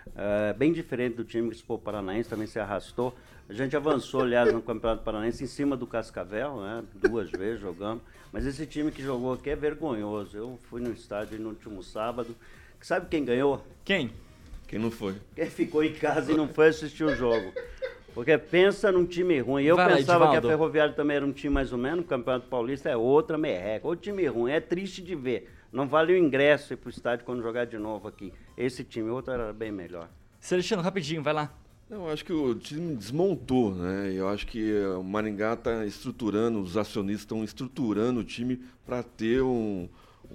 Bem diferente do time que o Paranaense também se arrastou. A gente avançou, aliás, no Campeonato Paranaense em cima do Cascavel, né? 2 vezes jogando. Mas esse time que jogou aqui é vergonhoso. Eu fui no estádio no último sábado. Sabe quem ganhou? Quem? Quem não foi? Quem ficou em casa e não foi assistir o jogo. Porque pensa num time ruim. Eu Vai lá, pensava Edivaldo. que a Ferroviária também era um time mais ou menos. O Campeonato Paulista é outra merreca. Outro time ruim. É triste de ver. Não vale o ingresso ir pro estádio quando jogar de novo aqui. Esse time, o outro era bem melhor. Celestino, rapidinho, vai lá. Eu acho que o time desmontou, né? Eu acho que o Maringá está estruturando, os acionistas estão estruturando o time para ter um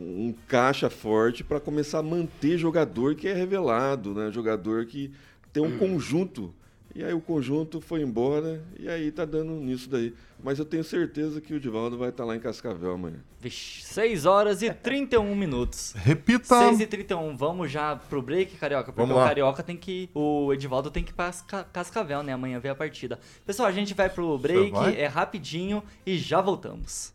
caixa forte para começar a manter jogador que é revelado, né? Jogador que tem um conjunto. E aí o conjunto foi embora e aí tá dando nisso daí. Mas eu tenho certeza que o Edivaldo vai estar lá em Cascavel amanhã. Vixe, 6 horas e 31 minutos. Repita. 6 e 31, vamos já pro break, Carioca, porque Vamos o lá. Carioca tem que... O Edivaldo tem que ir pra Cascavel, né? Amanhã ver a partida. Pessoal, a gente vai pro break, vai? é rapidinho e já voltamos.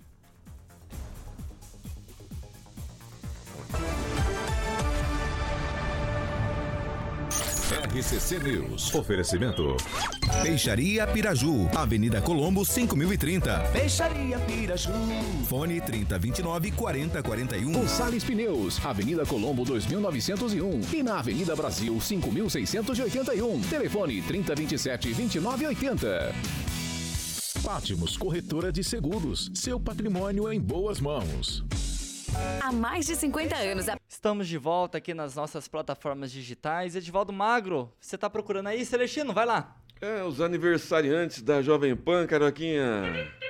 RCC News. Oferecimento. Peixaria Piraju, Avenida Colombo 5030. Peixaria Piraju. Fone 3029-4041. Gonçalves Pneus, Avenida Colombo 2901 e na Avenida Brasil 5681. Telefone 3027-2980. Pátimos Corretora de Seguros, seu patrimônio em boas mãos. Há mais de 50 anos. Estamos de volta aqui nas nossas plataformas digitais. Edivaldo Magro, você tá procurando aí? Celestino, vai lá. Os aniversariantes da Jovem Pan, Carioquinha.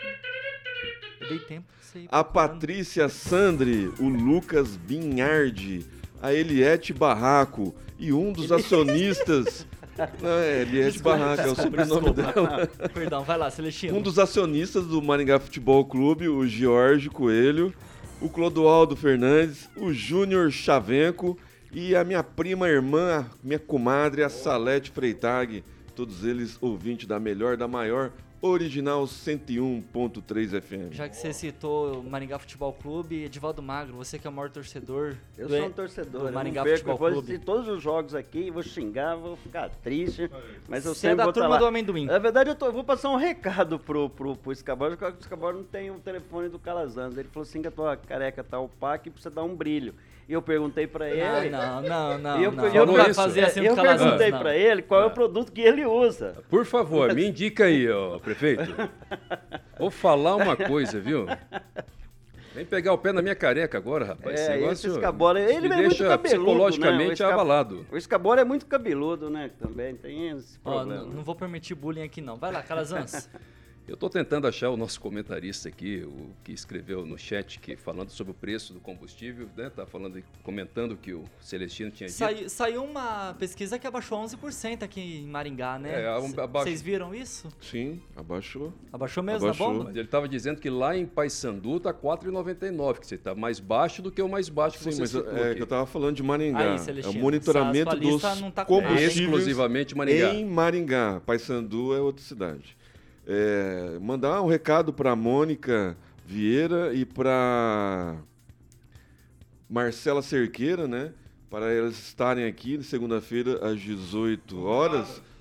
Eu dei tempo pra você ir A procurando. Patrícia Sandri, o Lucas Binhardi, a Eliette Barraco e um dos acionistas... Não, Eliette Barraco, é o sobrenome dela. Perdão, vai lá, Celestino. Um dos acionistas do Maringá Futebol Clube, o Jorge Coelho, o Clodoaldo Fernandes, o Júnior Chavenco e a minha prima irmã, minha comadre, a Salete Freitag. Todos eles ouvintes da melhor, da maior, original 101.3 FM. Já que você citou o Maringá Futebol Clube, Edivaldo Magro, você que é o maior torcedor Eu do, sou um torcedor, do eu Maringá não perco, Futebol eu vou Clube. assistir todos os jogos aqui, vou xingar, vou ficar triste, mas eu Você é sempre da vou estar turma lá. do amendoim. Na verdade, eu vou passar um recado pro Escabora, porque o Escabora não tem o telefone do Calazans. Ele falou assim que a tua careca tá opaca e precisa dar um brilho. E eu perguntei pra ele... Não, E eu, não. eu, Não vai isso. fazer assim eu com o Calazans, perguntei não. pra ele qual é o produto que ele usa. Por favor, me indica aí, ó, prefeito. Vou falar uma coisa, viu? Vem pegar o pé na minha careca agora, rapaz. Esse Esse negócio Escabora, ele me é muito deixa cabeludo, psicologicamente né? abalado. O Escabora é muito cabeludo, né? Também tem esse Ó, problema. não vou permitir bullying aqui não. Vai lá, Calazans. Eu estou tentando achar o nosso comentarista aqui, o que escreveu no chat, falando sobre o preço do combustível, né? Tá falando, comentando que o Celestino tinha dito. Saiu uma pesquisa que abaixou 11% aqui em Maringá, né? abaixo. Vocês viram isso? Sim, abaixou. Abaixou mesmo Abaixou. na bomba? Mas ele estava dizendo que lá em Paissandu tá 4,99, que você tá mais baixo do que o mais baixo que Sim, você mas citou é aqui. que eu tava falando de Maringá. Aí, É o Celestino, monitoramento essa sua dos lista não tá com nada. combustíveis Exclusivamente Maringá. em Maringá. Paissandu é outra cidade. Mandar um recado para Mônica Vieira e para Marcela Cerqueira, né? Para elas estarem aqui segunda-feira às 18 horas.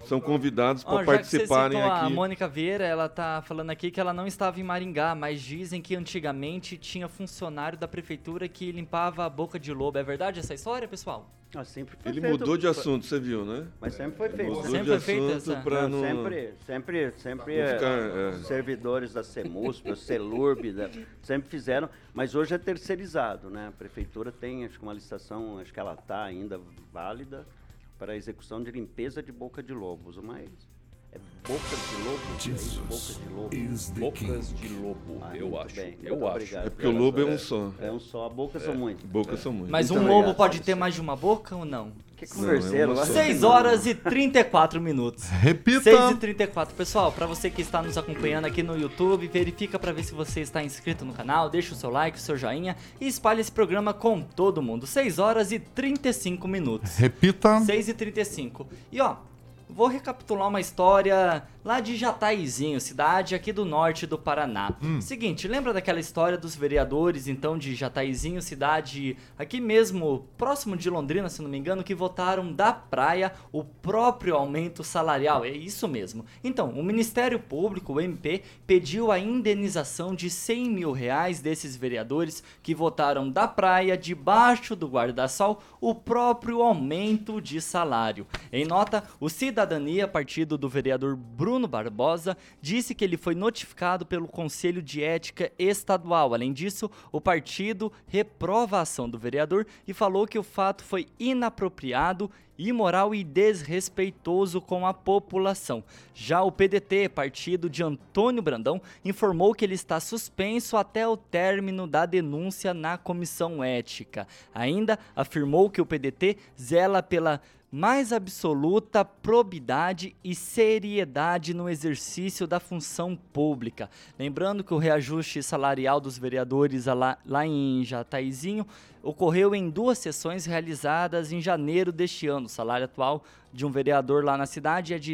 são convidados para Já participarem que você citou aqui. A Mônica Vieira, ela tá falando aqui que ela não estava em Maringá, mas dizem que antigamente tinha funcionário da prefeitura que limpava a boca de lobo. É verdade essa história, pessoal? Sempre foi Ele feito, mudou de assunto, você viu, né? Mas sempre foi feito. Mudou Sempre de foi feito assunto essa- para não... Sempre ficar, servidores da CEMUSP, o CELURB, sempre fizeram, mas hoje é terceirizado, né? A prefeitura tem, acho que uma licitação, acho que ela está ainda válida para a execução de limpeza de boca de lobos, mas é boca de lobo? Jesus Boca de lobo. is the Bocas de lobo, eu muito acho. bem, Eu muito acho. obrigado É porque o lobo é um pela- só. É um só, a boca são muitas. Bocas são muitas. Mas Muito um lobo obrigado. pode ter mais de uma boca ou não? Que converseiro, Não, é uma lá. só. 6 horas e 34 minutos. Repita. 6 e 34. Pessoal, para você que está nos acompanhando aqui no YouTube, verifica para ver se você está inscrito no canal, deixa o seu like, o seu joinha e espalhe esse programa com todo mundo. 6 horas e 35 minutos. Repita. 6 e 35. E ó, vou recapitular uma história lá de Jataizinho, cidade aqui do norte do Paraná. Seguinte, lembra daquela história dos vereadores, então, de Jataizinho, cidade aqui mesmo, próximo de Londrina, se não me engano, que votaram da praia o próprio aumento salarial? É isso mesmo. Então, o Ministério Público, o MP, pediu a indenização de R$100 mil desses vereadores que votaram da praia, debaixo do guarda-sol, o próprio aumento de salário. Em nota, o Cidadania, partido do vereador Bruno Barbosa, disse que ele foi notificado pelo Conselho de Ética Estadual. Além disso, o partido reprova a ação do vereador e falou que o fato foi inapropriado, imoral e desrespeitoso com a população. Já o PDT, partido de Antônio Brandão, informou que ele está suspenso até o término da denúncia na comissão ética. Ainda afirmou que o PDT zela pela mais absoluta probidade e seriedade no exercício da função pública. Lembrando que o reajuste salarial dos vereadores lá em Jataizinho ocorreu em 2 sessões realizadas em janeiro deste ano. O salário atual de um vereador lá na cidade é de R$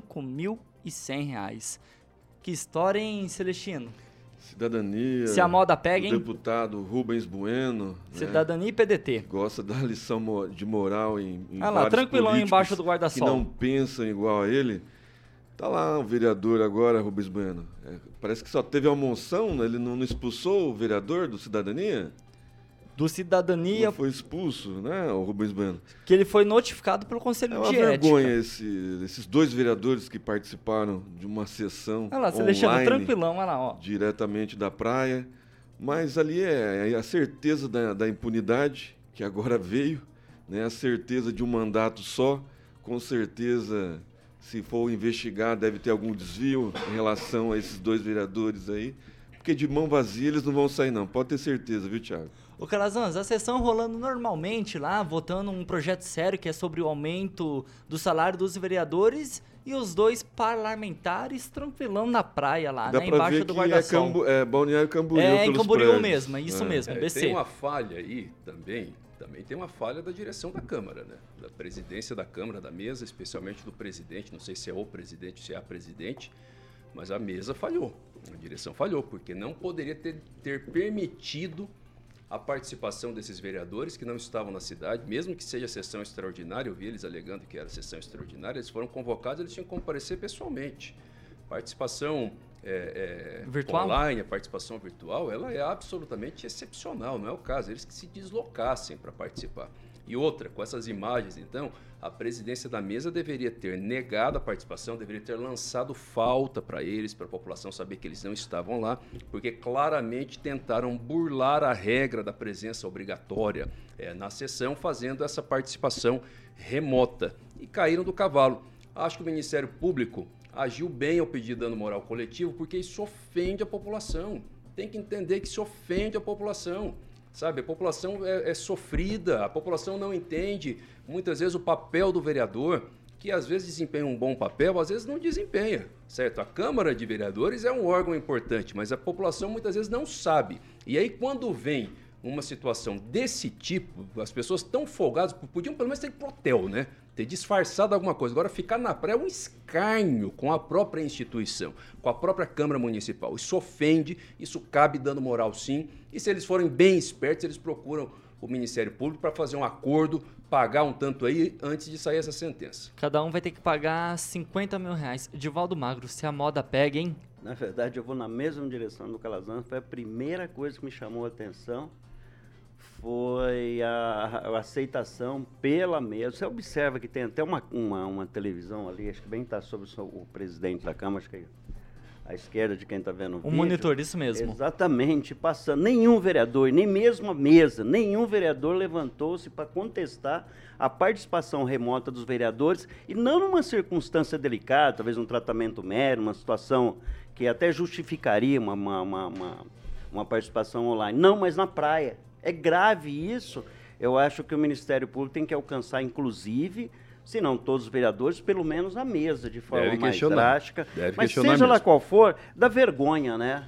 5.100. Que história, hein, Celestino? Cidadania. Se a moda pega, hein? O deputado Rubens Bueno. Cidadania e PDT. Gosta da lição de moral em Ah lá, vários tranquilão políticos embaixo do que guarda-sol. não pensam igual a ele. Tá lá o vereador agora, Rubens Bueno. Parece que só teve uma moção, né? Ele não expulsou o vereador do Cidadania? Do Cidadania, Não foi expulso, né, o Rubens Bueno? que ele foi notificado pelo Conselho É uma de vergonha Ética. esses 2 vereadores que participaram de uma sessão Olha lá, Celestino, online, tranquilão, olha lá, ó. diretamente da praia. Mas ali é a certeza da impunidade, que agora veio, né? A certeza de um mandato só. Com certeza, se for investigar, deve ter algum desvio em relação a esses 2 vereadores aí. Porque de mão vazia eles não vão sair, não. Pode ter certeza, viu, Thiago? Ô Calazans, a sessão rolando normalmente lá, votando um projeto sério que é sobre o aumento do salário dos vereadores e os 2 parlamentares tranquilão na praia lá, Dá né, pra embaixo ver do que guarda-sol. é Balneário Camboriú É, em pelos Camboriú prédios. mesmo, é isso mesmo, BC. Tem uma falha aí também tem uma falha da direção da Câmara, né? Da presidência da Câmara, da mesa, especialmente do presidente, não sei se é o presidente, se é a presidente, mas a mesa falhou, a direção falhou, porque não poderia ter permitido a participação desses vereadores que não estavam na cidade, mesmo que seja sessão extraordinária, eu vi eles alegando que era sessão extraordinária, eles foram convocados, eles tinham que comparecer pessoalmente. Participação virtual? Online, a participação virtual, ela é absolutamente excepcional, não é o caso, eles que se deslocassem para participar. E outra, com essas imagens, então, a presidência da mesa deveria ter negado a participação, deveria ter lançado falta para eles, para a população saber que eles não estavam lá, porque claramente tentaram burlar a regra da presença obrigatória na sessão, fazendo essa participação remota. E caíram do cavalo. Acho que o Ministério Público agiu bem ao pedir dano moral coletivo, porque isso ofende a população. Tem que entender que isso ofende a população. Sabe, a população é sofrida, a população não entende muitas vezes o papel do vereador, que às vezes desempenha um bom papel, às vezes não desempenha, certo? A Câmara de Vereadores é um órgão importante, mas a população muitas vezes não sabe. E aí quando vem uma situação desse tipo, as pessoas tão folgadas, podiam pelo menos ter ido pro hotel, né? Ter disfarçado alguma coisa. Agora, ficar na praia é um escárnio com a própria instituição, com a própria Câmara Municipal. Isso ofende, isso cabe dano moral sim. E se eles forem bem espertos, eles procuram o Ministério Público para fazer um acordo pagar um tanto aí antes de sair essa sentença. Cada um vai ter que pagar R$50 mil. Divaldo Magro, se a moda pega, hein? Na verdade, eu vou na mesma direção do Calazans. Foi a primeira coisa que me chamou a atenção. Foi a aceitação pela mesa. Você observa que tem até uma televisão ali, acho que bem está sobre o presidente da Câmara, acho que à esquerda de quem está vendo o vídeo. Um monitor, isso mesmo. Exatamente, passando. Nenhum vereador, nem mesmo a mesa, nenhum vereador levantou-se para contestar a participação remota dos vereadores, e não numa circunstância delicada, talvez um tratamento médio, uma situação que até justificaria uma participação online. Não, mas na praia. É grave isso. Eu acho que o Ministério Público tem que alcançar, inclusive, se não todos os vereadores, pelo menos a mesa, de forma mais drástica. Mas seja lá qual for, dá vergonha, né?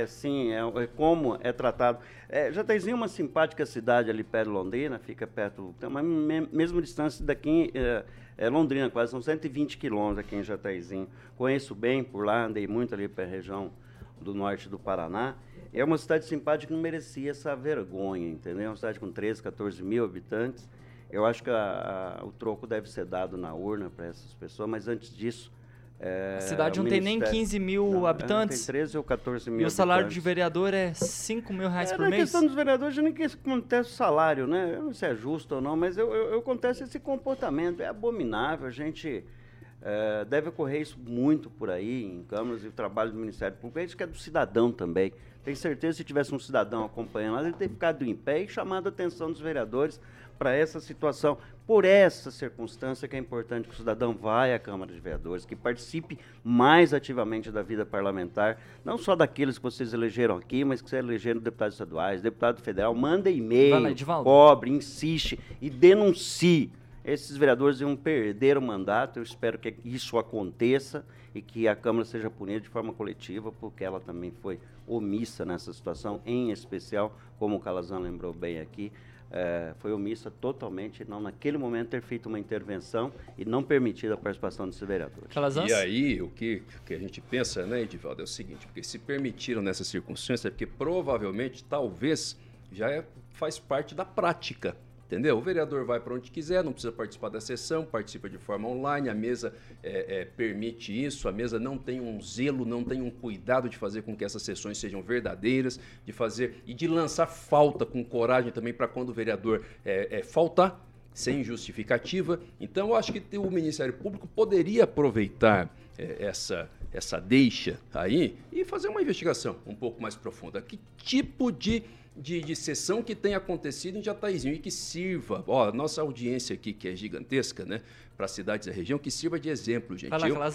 Como é tratado. Jataizinho é uma simpática cidade ali perto de Londrina, fica perto, tem uma mesma distância daqui, Londrina quase, são 120 quilômetros aqui em Jataizinho. Conheço bem por lá, andei muito ali para a região do norte do Paraná. É uma cidade simpática que não merecia essa vergonha, entendeu? É uma cidade com 13, 14 mil habitantes. Eu acho que o troco deve ser dado na urna para essas pessoas, mas antes disso... a cidade não tem nem 15 mil habitantes. Tem 13 ou 14 mil habitantes. E o salário de vereador é R$5 mil por mês? Na questão dos vereadores, eu nem que acontece o salário, né? Eu não sei se é justo ou não, mas acontece esse comportamento. É abominável, a gente... deve ocorrer isso muito por aí, em câmaras, e o trabalho do Ministério Público, isso que é do cidadão também. Tenho certeza que se tivesse um cidadão acompanhando lá, ele teria ficado em pé e chamado a atenção dos vereadores para essa situação. Por essa circunstância que é importante que o cidadão vá à Câmara de Vereadores, que participe mais ativamente da vida parlamentar, não só daqueles que vocês elegeram aqui, mas que vocês elegeram deputados estaduais, deputado federal, manda e-mail, cobre, insiste e denuncie. Esses vereadores iam perder o mandato. Eu espero que isso aconteça e que a Câmara seja punida de forma coletiva, porque ela também foi omissa nessa situação, em especial, como o Calazans lembrou bem aqui, foi omissa totalmente, não naquele momento ter feito uma intervenção e não permitido a participação desses vereadores. Calazans? E aí, o que a gente pensa, né, Edivaldo, é o seguinte, porque se permitiram nessa circunstância, é porque provavelmente, talvez, faz parte da prática. Entendeu? O vereador vai para onde quiser, não precisa participar da sessão, participa de forma online, a mesa permite isso, a mesa não tem um zelo, não tem um cuidado de fazer com que essas sessões sejam verdadeiras, de fazer e de lançar falta com coragem também para quando o vereador faltar, sem justificativa. Então, eu acho que o Ministério Público poderia aproveitar essa deixa aí e fazer uma investigação um pouco mais profunda. Que tipo de sessão que tem acontecido em Jataizinho e que sirva, a nossa audiência aqui, que é gigantesca, né, para as cidades da região, que sirva de exemplo, gente.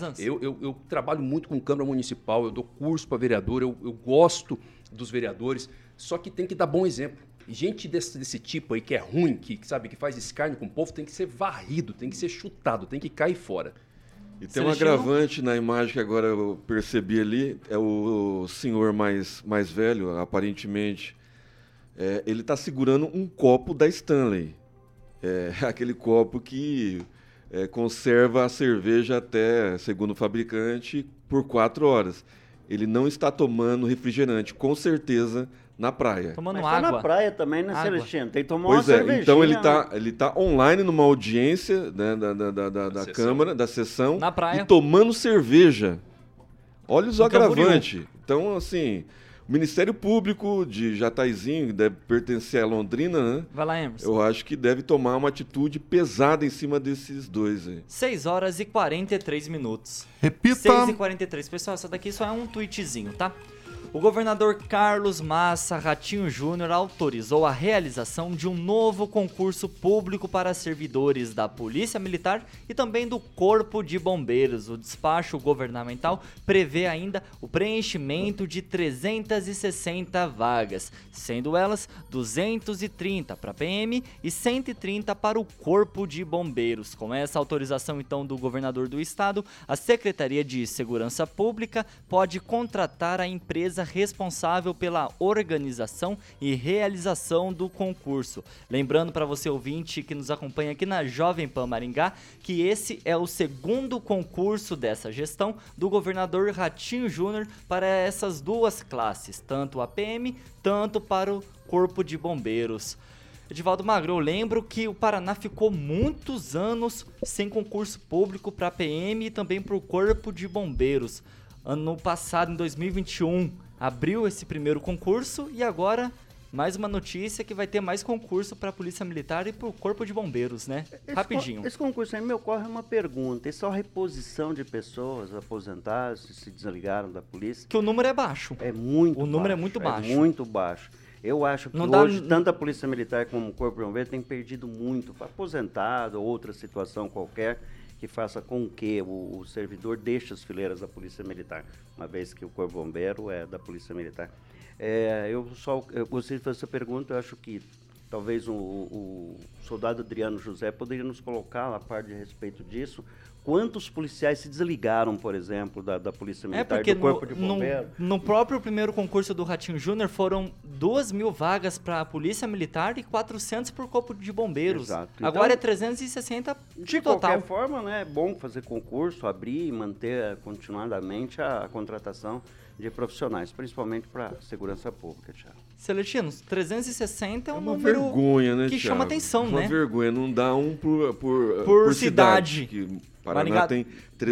Eu trabalho muito com Câmara Municipal, eu dou curso para vereador, eu gosto dos vereadores, só que tem que dar bom exemplo. Gente desse tipo aí, que é ruim, que faz escárnio com o povo, tem que ser varrido, tem que ser chutado, tem que cair fora. E tem um agravante na imagem que agora eu percebi ali, é o senhor mais velho, aparentemente... ele está segurando um copo da Stanley. Aquele copo que conserva a cerveja até, segundo o fabricante, por 4 horas. Ele não está tomando refrigerante, com certeza, na praia. Tomando Mas água. Tá na praia também, né, Celestino? Tem que tomar uma cervejinha. Então ele tá online numa audiência, né, da Câmara, da sessão, na praia, e tomando cerveja. Olha os agravantes. Então, assim... O Ministério Público de Jataizinho, que deve pertencer a Londrina, né? Vai lá, Emerson. Eu acho que deve tomar uma atitude pesada em cima desses dois aí. 6 horas e 43 minutos. Repita! 6 e 43. Pessoal, essa daqui só é um tweetzinho, tá? O governador Carlos Massa Ratinho Júnior autorizou a realização de um novo concurso público para servidores da Polícia Militar e também do Corpo de Bombeiros. O despacho governamental prevê ainda o preenchimento de 360 vagas, sendo elas 230 para a PM e 130 para o Corpo de Bombeiros. Com essa autorização, então, do governador do estado, a Secretaria de Segurança Pública pode contratar a empresa responsável pela organização e realização do concurso. Lembrando para você ouvinte que nos acompanha aqui na Jovem Pan Maringá, que esse é o segundo concurso dessa gestão do governador Ratinho Júnior para essas duas classes, tanto a PM, tanto para o Corpo de Bombeiros. Edivaldo Magro, eu lembro que o Paraná ficou muitos anos sem concurso público para PM e também para o Corpo de Bombeiros. Ano passado, em 2021, abriu esse primeiro concurso e agora mais uma notícia que vai ter mais concurso para a Polícia Militar e para o Corpo de Bombeiros, né? Rapidinho. Esse concurso aí me ocorre uma pergunta. É só reposição de pessoas aposentadas que se desligaram da polícia? Que o número é baixo. É muito baixo. O número é muito baixo. É muito baixo. Eu acho que hoje, tanto a Polícia Militar como o Corpo de Bombeiros tem perdido muito para aposentado ou outra situação qualquer que faça com que o servidor deixe as fileiras da Polícia Militar, uma vez que o Corpo de Bombeiro é da Polícia Militar. Eu gostei de fazer essa pergunta. Eu acho que talvez o soldado Adriano José poderia nos colocar a par de respeito disso. Quantos policiais se desligaram, por exemplo, da Polícia Militar e do Corpo de Bombeiros? No próprio primeiro concurso do Ratinho Júnior foram 2.000 vagas para a Polícia Militar e 400 por Corpo de Bombeiros. Exato. Agora então, é 360 de total. qualquer forma, né, é bom fazer concurso, abrir e manter continuadamente a contratação de profissionais, principalmente para segurança pública, Thiago. Celestino, 360 é um uma número vergonha, né, que Thiago? chama atenção, uma né? vergonha, não dá um por cidade. Que Paraná tem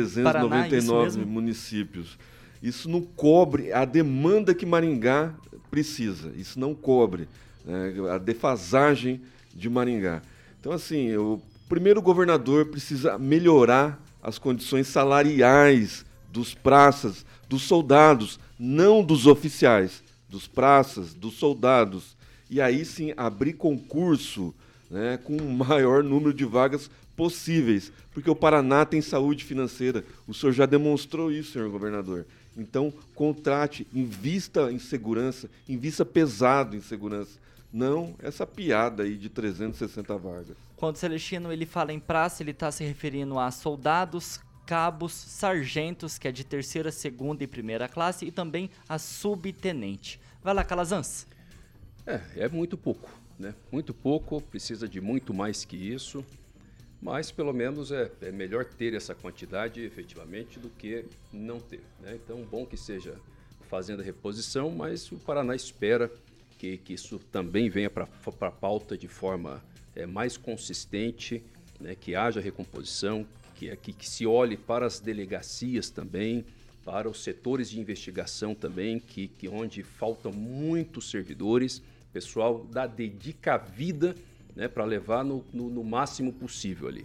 399 municípios. Isso não cobre a demanda que Maringá precisa. Isso não cobre, né, a defasagem de Maringá. Então, assim, o primeiro governador precisa melhorar as condições salariais dos praças, dos soldados, não dos oficiais, dos praças, dos soldados. E aí sim abrir concurso, né, com o maior número de vagas possíveis, porque o Paraná tem saúde financeira. O senhor já demonstrou isso, senhor governador. Então, contrate, invista em segurança, invista pesado em segurança. Não essa piada aí de 360 vagas. Quando o Celestino ele fala em praça, ele está se referindo a soldados, cabos, sargentos, que é de terceira, segunda e primeira classe, e também a subtenente. Vai lá, Calazans. É muito pouco, né? Muito pouco, precisa de muito mais que isso. Mas, pelo menos, é melhor ter essa quantidade, efetivamente, do que não ter, né? Então, bom que seja fazendo a reposição, mas o Paraná espera que isso também venha para a pauta de forma mais consistente, né? Que haja recomposição, que se olhe para as delegacias também, para os setores de investigação também, que onde faltam muitos servidores, pessoal dedica a vida, né, para levar no máximo possível ali.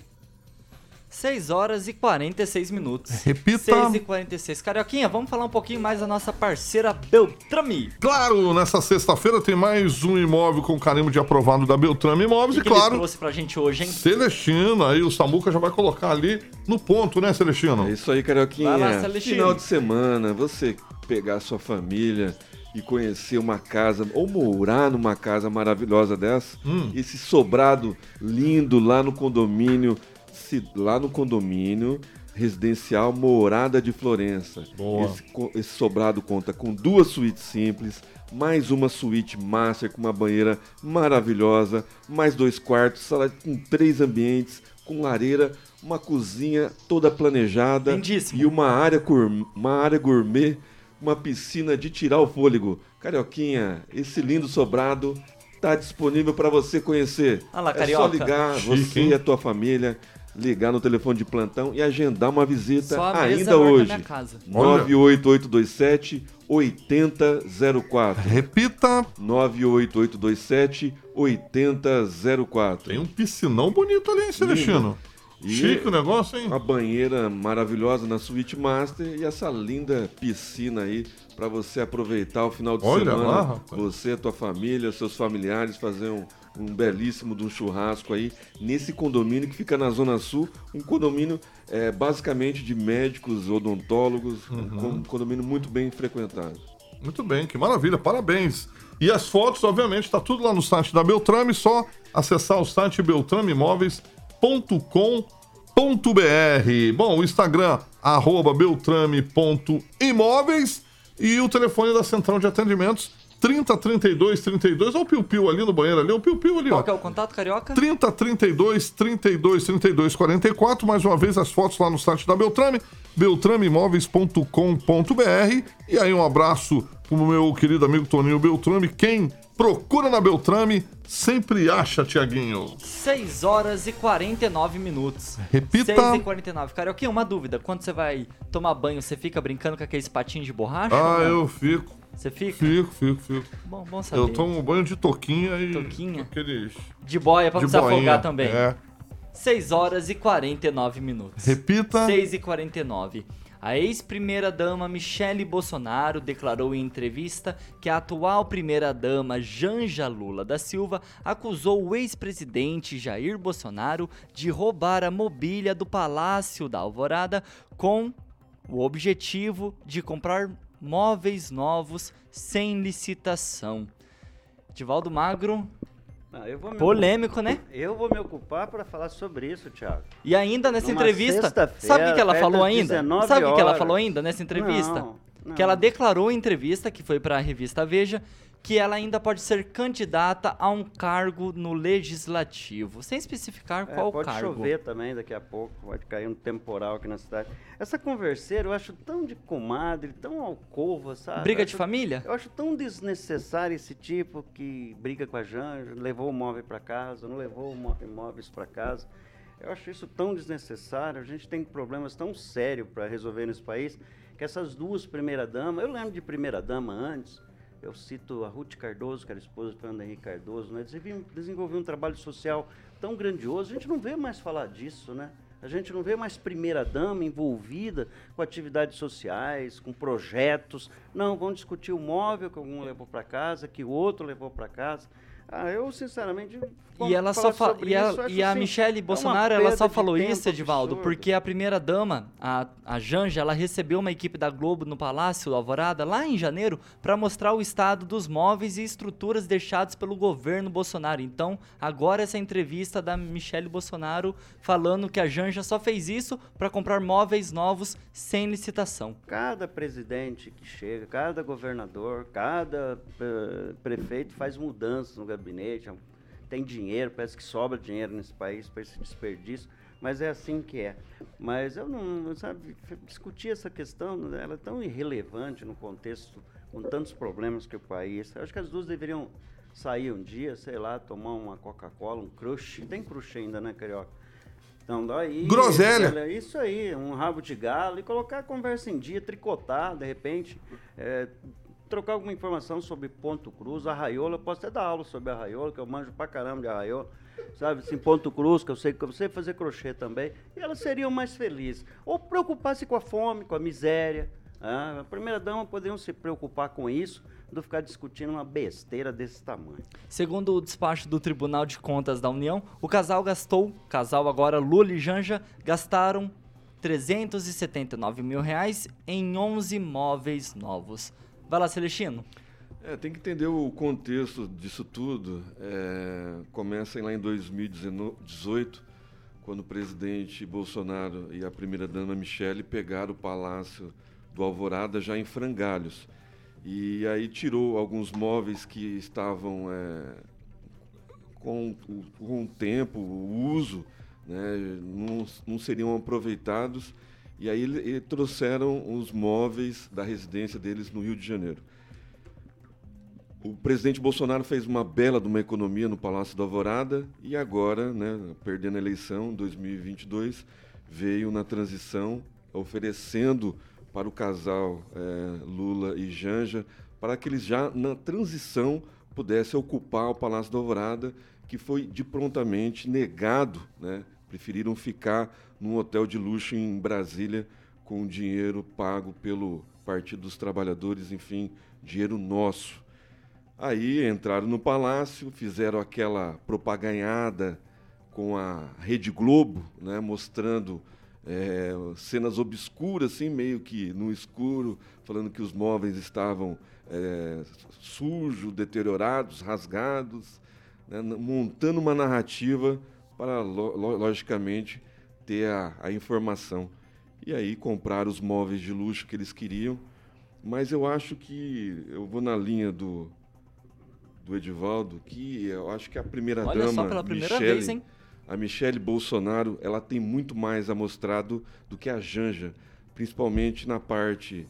6 horas e 46 minutos. Repita. 6 e 46. Carioquinha, vamos falar um pouquinho mais da nossa parceira Beltrame. Claro, nessa sexta-feira tem mais um imóvel com carimbo de aprovado da Beltrame Imóveis. Que e claro, ele trouxe pra gente hoje, hein? Celestino, aí o Samuca já vai colocar ali no ponto, né, Celestino? É isso aí, Carioquinha. Vai lá, Celestino. Final de semana, você pegar a sua família e conhecer uma casa, ou morar numa casa maravilhosa dessa, esse sobrado lindo lá no condomínio residencial Morada de Florença. Esse sobrado conta com 2 suítes simples, mais uma suíte master com uma banheira maravilhosa, mais 2 quartos, sala com 3 ambientes, com lareira, uma cozinha toda planejada. Lindíssimo. E uma área gourmet, uma piscina de tirar o fôlego. Carioquinha, esse lindo sobrado está disponível para você conhecer. Ah lá, é Carioca. só ligar, você e a tua família, ligar no telefone de plantão e agendar uma visita Só a ainda mesa hoje. minha casa. 98827-8004. Repita. 98827-8004. Tem um piscinão bonito ali, hein, Celestino? Chique o negócio, hein? Uma banheira maravilhosa na Suíte Master e essa linda piscina aí para você aproveitar o final de semana. Lá, rapaz. Você, a tua família, seus familiares, fazer um belíssimo de um churrasco aí nesse condomínio que fica na Zona Sul. Um condomínio basicamente de médicos, odontólogos, um condomínio muito bem frequentado. Muito bem, que maravilha, parabéns. E as fotos, obviamente, tá tudo lá no site da Beltrame, só acessar o site beltrameimóveis.com.br. Bom, o Instagram, @beltrame.imóveis e o telefone da Central de Atendimentos, 3032-32, olha o Piu-Piu ali no banheiro ali, o Piu-Piu ali, ó. Qual que é o contato, Carioca? 3032-32-32-44, mais uma vez as fotos lá no site da Beltrame, beltrameimóveis.com.br. E aí um abraço pro meu querido amigo Toninho Beltrame, quem Procura na Beltrame, sempre acha, Tiaguinho. 6 horas e 49 minutos. Repita. 6 e 49. Carioquinha, uma dúvida. Quando você vai tomar banho, você fica brincando com aqueles patinhos de borracha? Ah, eu fico. Você fica? Fico. Bom saber. Eu tomo banho de toquinha e... Toquinha? Aqueles... De boia pra não se afogar também. É. 6 horas e 49 minutos. Repita. 6 e 49. A ex-primeira-dama Michele Bolsonaro declarou em entrevista que a atual primeira-dama Janja Lula da Silva acusou o ex-presidente Jair Bolsonaro de roubar a mobília do Palácio da Alvorada com o objetivo de comprar móveis novos sem licitação. Divaldo Magro... polêmico, né? Eu vou me ocupar para falar sobre isso, Thiago. E ainda nessa entrevista, sabe o que ela falou ainda? Sabe o que ela falou ainda nessa entrevista? Não. Que ela declarou em entrevista, que foi para a revista Veja, que ela ainda pode ser candidata a um cargo no Legislativo, sem especificar qual pode cargo. Pode chover também daqui a pouco, pode cair um temporal aqui na cidade. Essa converseira eu acho tão de comadre, tão alcova, sabe? Briga de família? Eu acho tão desnecessário esse tipo que briga com a Janja, levou o móvel para casa, não levou imóveis para casa. Eu acho isso tão desnecessário, a gente tem problemas tão sérios para resolver nesse país, que essas duas primeira-damas, eu lembro de primeira-dama antes, eu cito a Ruth Cardoso, que era esposa do Fernando Henrique Cardoso, né? Desenvolveu um trabalho social tão grandioso, a gente não vê mais falar disso, né? A gente não vê mais primeira-dama envolvida com atividades sociais, com projetos. Não, vamos discutir o móvel que um levou para casa, que o outro levou para casa. Eu, sinceramente... E ela só a Michele Bolsonaro, ela só falou isso, Edivaldo, porque a primeira-dama, a Janja, ela recebeu uma equipe da Globo no Palácio Alvorada, lá em janeiro, para mostrar o estado dos móveis e estruturas deixados pelo governo Bolsonaro. Então, agora essa entrevista da Michele Bolsonaro falando que a Janja só fez isso para comprar móveis novos sem licitação. Cada presidente que chega, cada governador, cada prefeito faz mudanças no gabinete, tem dinheiro, parece que sobra dinheiro nesse país para esse desperdício, mas é assim que é. Mas eu não, sabe, discutir essa questão, ela é tão irrelevante no contexto, com tantos problemas que o país... Eu acho que as duas deveriam sair um dia, sei lá, tomar uma Coca-Cola, um crush, tem crush ainda, né, Carioca? Então, daí... Groselha! Isso aí, um rabo de galo e colocar a conversa em dia, tricotar, de repente... trocar alguma informação sobre Ponto Cruz, Arraiola, eu posso até dar aula sobre Arraiola, que eu manjo pra caramba de Arraiola, sabe, assim, Ponto Cruz, que eu sei fazer crochê também, e elas seriam mais felizes. Ou preocupar-se com a fome, com a miséria, a primeira-dama poderiam se preocupar com isso, do ficar discutindo uma besteira desse tamanho. Segundo o despacho do Tribunal de Contas da União, o casal agora Lula e Janja, gastaram R$379 mil em 11 móveis novos. Vai lá, Celestino. Tem que entender o contexto disso tudo. Começa lá em 2018, quando o presidente Bolsonaro e a primeira-dama Michele pegaram o Palácio do Alvorada já em frangalhos. E aí tirou alguns móveis que estavam com o tempo, o uso, né, não seriam aproveitados. E aí eles trouxeram os móveis da residência deles no Rio de Janeiro. O presidente Bolsonaro fez uma bela de uma economia no Palácio da Alvorada e agora, né, perdendo a eleição em 2022, veio na transição oferecendo para o casal Lula e Janja para que eles já na transição pudessem ocupar o Palácio da Alvorada, que foi de prontamente negado, né? Preferiram ficar num hotel de luxo em Brasília com dinheiro pago pelo Partido dos Trabalhadores, enfim, dinheiro nosso. Aí entraram no palácio, fizeram aquela propagandada com a Rede Globo, né, mostrando cenas obscuras, assim, meio que no escuro, falando que os móveis estavam sujos, deteriorados, rasgados, né, montando uma narrativa para, logicamente, ter a informação. E aí compraram os móveis de luxo que eles queriam, mas eu acho que, eu vou na linha do Edivaldo, que eu acho que a primeira-dama, a Michele Bolsonaro, ela tem muito mais a mostrar do que a Janja, principalmente na parte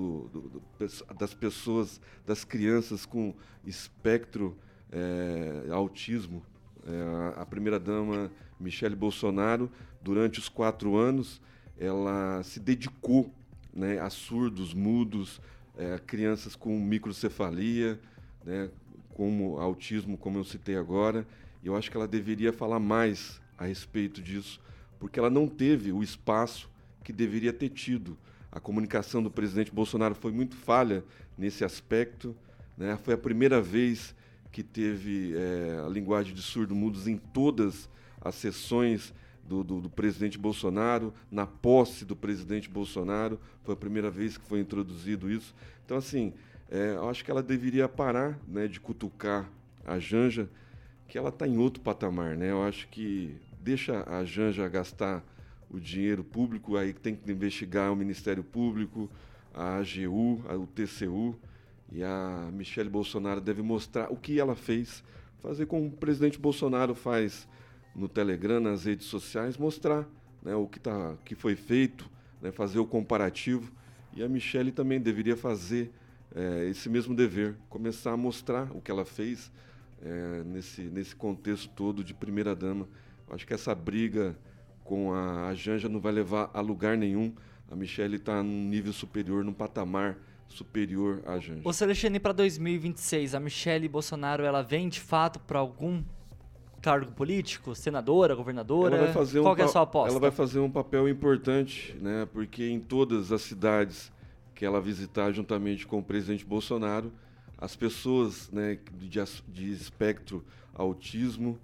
das pessoas, das crianças com espectro autismo. A primeira-dama Michele Bolsonaro, durante os 4 anos, ela se dedicou, né, a surdos, mudos, crianças com microcefalia, né, como autismo, como eu citei agora. E eu acho que ela deveria falar mais a respeito disso, porque ela não teve o espaço que deveria ter tido. A comunicação do presidente Bolsonaro foi muito falha nesse aspecto, né? Foi a primeira vez que teve a linguagem de surdo-mudos em todas as sessões do presidente Bolsonaro, na posse do presidente Bolsonaro, foi a primeira vez que foi introduzido isso. Então, assim, eu acho que ela deveria parar, né, de cutucar a Janja, que ela está em outro patamar, né? Eu acho que deixa a Janja gastar o dinheiro público, aí tem que investigar o Ministério Público, a AGU, o TCU, e a Michele Bolsonaro deve mostrar o que ela fez, fazer como o presidente Bolsonaro faz no Telegram, nas redes sociais, mostrar, né, o que foi feito, né, fazer o comparativo, e a Michele também deveria fazer esse mesmo dever, começar a mostrar o que ela fez nesse contexto todo de primeira-dama. Acho que essa briga com a Janja não vai levar a lugar nenhum. A Michele está num nível superior, num patamar superior à Janja. Ô Celestino, para 2026, a Michele Bolsonaro, ela vem de fato para algum cargo político? Senadora, governadora? Qual que é a sua aposta? Ela vai fazer um papel importante, né? Porque em todas as cidades que ela visitar juntamente com o presidente Bolsonaro, as pessoas, né, de espectro autismo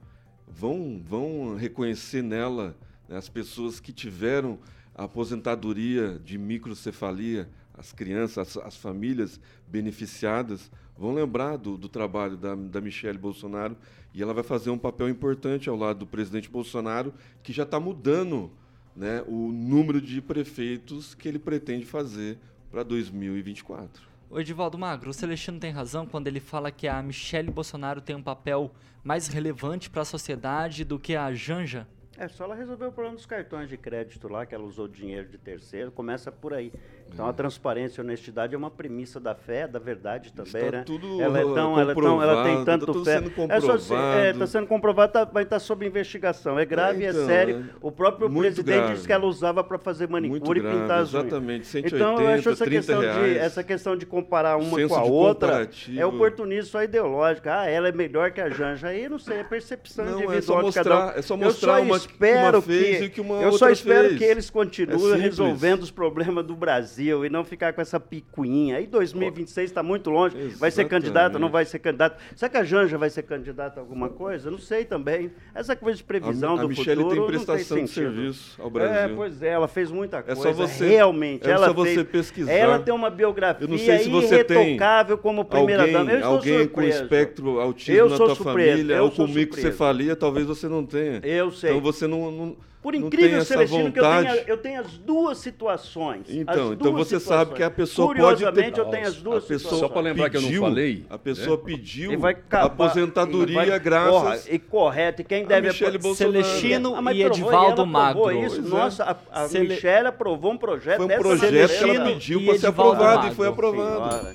vão reconhecer nela, né, as pessoas que tiveram a aposentadoria de microcefalia, as crianças, as famílias beneficiadas, vão lembrar do trabalho da Michele Bolsonaro, e ela vai fazer um papel importante ao lado do presidente Bolsonaro, que já está mudando, né, o número de prefeitos que ele pretende fazer para 2024. Ô Edivaldo Magro, o Celestino tem razão quando ele fala que a Michele Bolsonaro tem um papel mais relevante para a sociedade do que a Janja? Só ela resolveu o problema dos cartões de crédito lá, que ela usou dinheiro de terceiro, começa por aí. Então a transparência e a honestidade é uma premissa da fé, da verdade também, está né? Tudo ela tem tanto tudo fé. Sendo comprovado. Está sendo comprovado, vai estar sob investigação. É grave, é sério. O próprio presidente grave. disse que ela usava para fazer manicure e pintar as unhas. Exatamente, 180, então eu acho R$30. essa questão de comparar uma com a outra é oportunismo só ideológico. Ela é melhor que a Janja. Aí não sei, é percepção individual de cada um. É só mostrar uma fez e que uma outra Eu só espero fez. que eles continuem resolvendo os problemas do Brasil e não ficar com essa picuinha. Aí 2026 está muito longe. Exatamente. Vai ser candidata, não vai ser candidata? Será que a Janja vai ser candidata a alguma coisa? Não sei também. Essa coisa de previsão do futuro. A Michele tem prestação de serviço ao Brasil. Pois é, ela fez muita coisa. É só você, realmente. você pesquisar. Ela tem uma biografia eu não sei se você irretocável como primeira-dama. Alguém com espectro autismo na tua família ou com microcefalia, talvez você não tenha. Eu sei. Então você não Por incrível, Celestino, que eu tenho as duas situações. Então você sabe que a pessoa Curiosamente, pode eu tenho as duas situações. Só para lembrar que eu não falei. A pessoa pediu aposentadoria graças... E correto. E quem deve... Michele Bolsonaro. Celestino e Edivaldo Magro. Isso. Nossa, a Michele aprovou um projeto. Foi um projeto que ela pediu para ser aprovado e foi aprovado.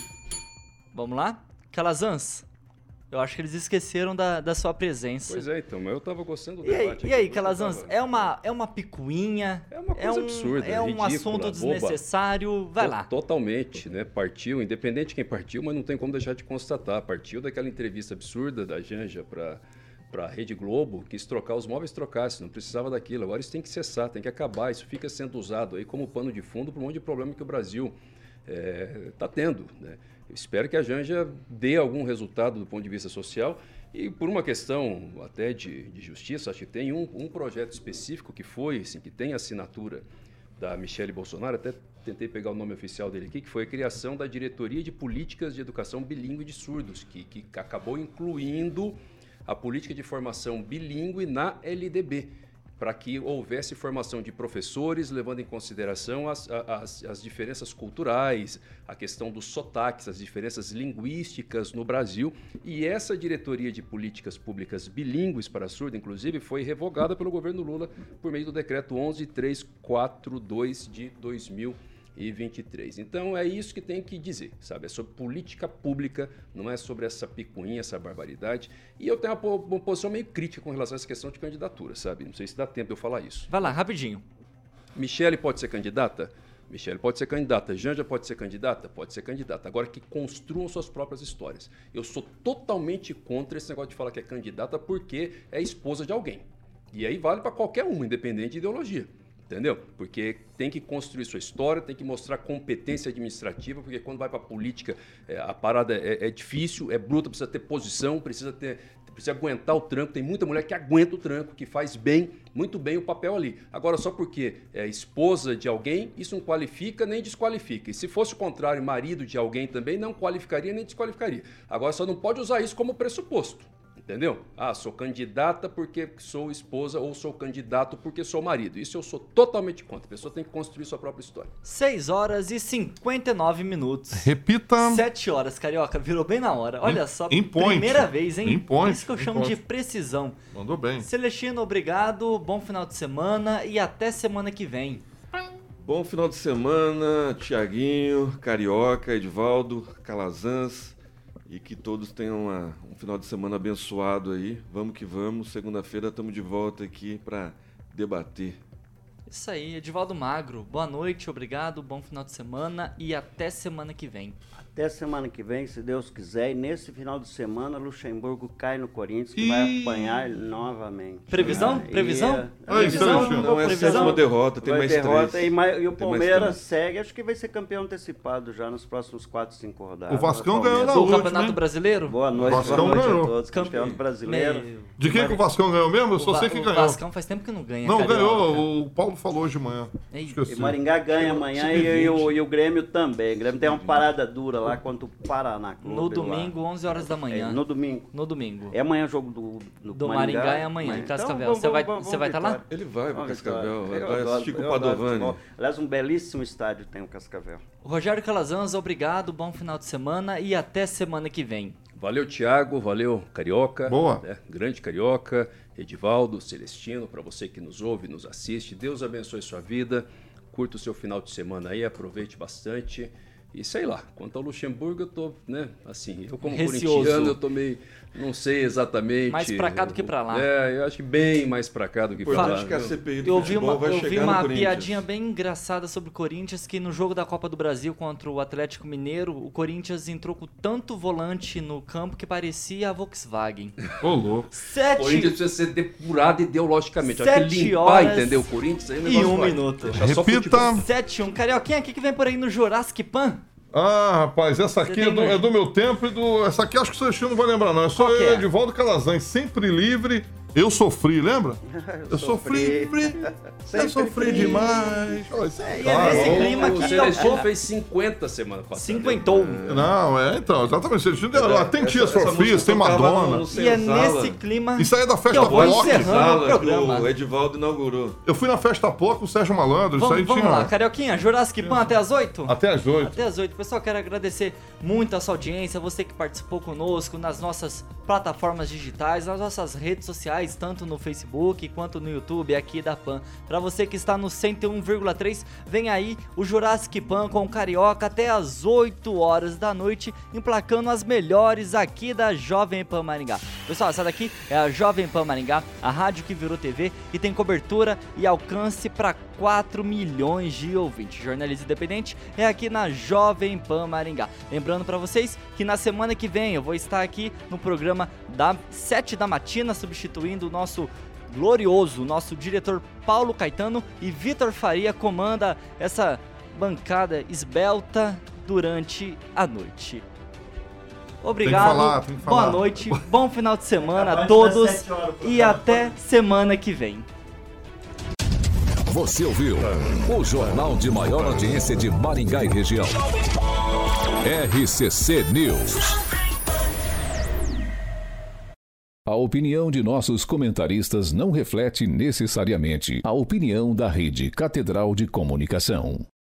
Vamos lá? Calazans? Eu acho que eles esqueceram da sua presença. Pois é, então, mas eu estava gostando do debate. E aí, Calazans, é uma picuinha? É uma coisa absurda, é um ridícula, assunto desnecessário? Vai lá. Totalmente, né? Partiu, independente de quem partiu, mas não tem como deixar de constatar. Partiu daquela entrevista absurda da Janja para a Rede Globo, quis trocar os móveis, trocasse, não precisava daquilo. Agora isso tem que cessar, tem que acabar. Isso fica sendo usado aí como pano de fundo para um monte de problema que o Brasil está tendo, né? Eu espero que a Janja dê algum resultado do ponto de vista social e por uma questão até de justiça, acho que tem um projeto específico que foi, assim, que tem assinatura da Michele Bolsonaro, até tentei pegar o nome oficial dele aqui, que foi a criação da Diretoria de Políticas de Educação Bilíngue de Surdos, que acabou incluindo a política de formação bilíngue na LDB, para que houvesse formação de professores, levando em consideração as diferenças culturais, a questão dos sotaques, as diferenças linguísticas no Brasil. E essa diretoria de políticas públicas bilíngues para surdo, inclusive, foi revogada pelo governo Lula por meio do decreto 11.342 de 2023. Então é isso que tem que dizer, sabe? É sobre política pública, não é sobre essa picuinha, essa barbaridade. E eu tenho uma posição meio crítica com relação a essa questão de candidatura, sabe? Não sei se dá tempo de eu falar isso. Vai lá, rapidinho. Michele pode ser candidata? Michele pode ser candidata. Janja pode ser candidata? Pode ser candidata. Agora que construam suas próprias histórias. Eu sou totalmente contra esse negócio de falar que é candidata porque é esposa de alguém. E aí vale para qualquer um, independente de ideologia. Entendeu? Porque tem que construir sua história, tem que mostrar competência administrativa, porque quando vai para a política, a parada é difícil, é bruta, precisa ter posição, precisa aguentar o tranco. Tem muita mulher que aguenta o tranco, que faz bem, muito bem o papel ali. Agora, só porque é esposa de alguém, isso não qualifica nem desqualifica. E se fosse o contrário, marido de alguém também, não qualificaria nem desqualificaria. Agora, só não pode usar isso como pressuposto. Entendeu? Sou candidata porque sou esposa ou sou candidato porque sou marido. Isso eu sou totalmente contra. A pessoa tem que construir sua própria história. 6 horas e 59 minutos. Repita. 7 horas, Carioca. Virou bem na hora. Olha só, point. Primeira vez, hein? Isso que eu chamo point. de precisão. Mandou bem. Celestino, obrigado. Bom final de semana e até semana que vem. Bom final de semana, Tiaguinho, Carioca, Edivaldo, Calazans. E que todos tenham um final de semana abençoado aí. Vamos que vamos. Segunda-feira estamos de volta aqui para debater. Isso aí, Edivaldo Magro. Boa noite, obrigado, bom final de semana e até semana que vem. Até semana que vem, se Deus quiser. E nesse final de semana, Luxemburgo cai no Corinthians, que vai apanhar novamente. Previsão? Previsão? Previsão? Não, é só uma derrota, tem mais derrota, 3. E o Palmeiras segue, acho que vai ser campeão antecipado já nos próximos 4, 5 rodadas. O Vascão ganhou na do última, Campeonato Brasileiro? Boa noite, Vascão boa noite ganhou. a todos. Campeão brasileiro. De quem que o Vascão ganhou mesmo? Eu só sei que o ganhou. O Vascão faz tempo que não ganha, Não, Carioca. ganhou. O Paulo falou hoje de manhã. E Maringá ganha amanhã e o Grêmio também. O Grêmio tem uma parada dura lá contra o Paraná Clube. No domingo, 11 horas da manhã. No domingo. No domingo. É amanhã o jogo do Maringá é amanhã, em Cascavel. Você vai estar lá? Ele vai para Cascavel, vai adoro, assistir com o Padovani. Aliás, um belíssimo estádio tem o Cascavel. Rogério Calazans, obrigado, bom final de semana e até semana que vem. Valeu, Thiago, valeu, Carioca. Boa. Grande Carioca, Edivaldo, Celestino, para você que nos ouve, nos assiste. Deus abençoe sua vida, curta o seu final de semana aí, aproveite bastante. E sei lá, quanto ao Luxemburgo, eu tô, né, assim, eu como corintiano, eu tô meio, não sei exatamente. Mais pra cá do que pra lá. Eu acho que bem mais pra cá do que pra lá. Que a CPI do eu vi futebol vai chegar uma no piadinha bem engraçada sobre o Corinthians, que no jogo da Copa do Brasil contra o Atlético Mineiro, o Corinthians entrou com tanto volante no campo que parecia a Volkswagen. Ô, louco. O Corinthians precisa ser depurado ideologicamente. 7 limpar, horas entendeu? O Corinthians aí e 1 minuto. Repita. 7-1. Carioquinha, o que vem por aí no Jurassic Pan? Rapaz, essa aqui é do meu tempo e do... Essa aqui acho que o Celestino não vai lembrar, não. É só Edivaldo Calazans, sempre livre. Eu sofri, lembra? Eu sofri. Eu sofri demais. E é nesse clima que o Celestino fez 50 semana passada. 50. Não, então, exatamente. Celestino tem Tias for Fears, tem Madonna. E é nesse clima Isso aí é da Festa que eu vou Pop. encerrando o programa. O Edivaldo inaugurou. Eu fui na Festa Pop com o Sérgio Malandro. Vamos lá, Carioquinha, Jurassic Pan até as 8? Até as 8. Até as 8. Pessoal, quero agradecer muito a sua audiência, você que participou conosco nas nossas plataformas digitais, nas nossas redes sociais, tanto no Facebook quanto no YouTube aqui da Pan. Pra você que está no 101,3, vem aí o Jurassic Pan com o Carioca até as 8 horas da noite, emplacando as melhores aqui da Jovem Pan Maringá. Pessoal, essa daqui é a Jovem Pan Maringá, a rádio que virou TV e tem cobertura e alcance para 4 milhões de ouvintes. Jornalismo independente é aqui na Jovem Pan Maringá. Lembrando para vocês que na semana que vem eu vou estar aqui no programa da 7 da matina, substituindo o nosso glorioso, nosso diretor Paulo Caetano, e Vitor Faria comanda essa bancada esbelta durante a noite. Obrigado, tem que boa falar. noite, bom final de semana a todos e até semana que vem. Você ouviu o jornal de maior audiência de Maringá e região. RCC News. A opinião de nossos comentaristas não reflete necessariamente a opinião da Rede Catedral de Comunicação.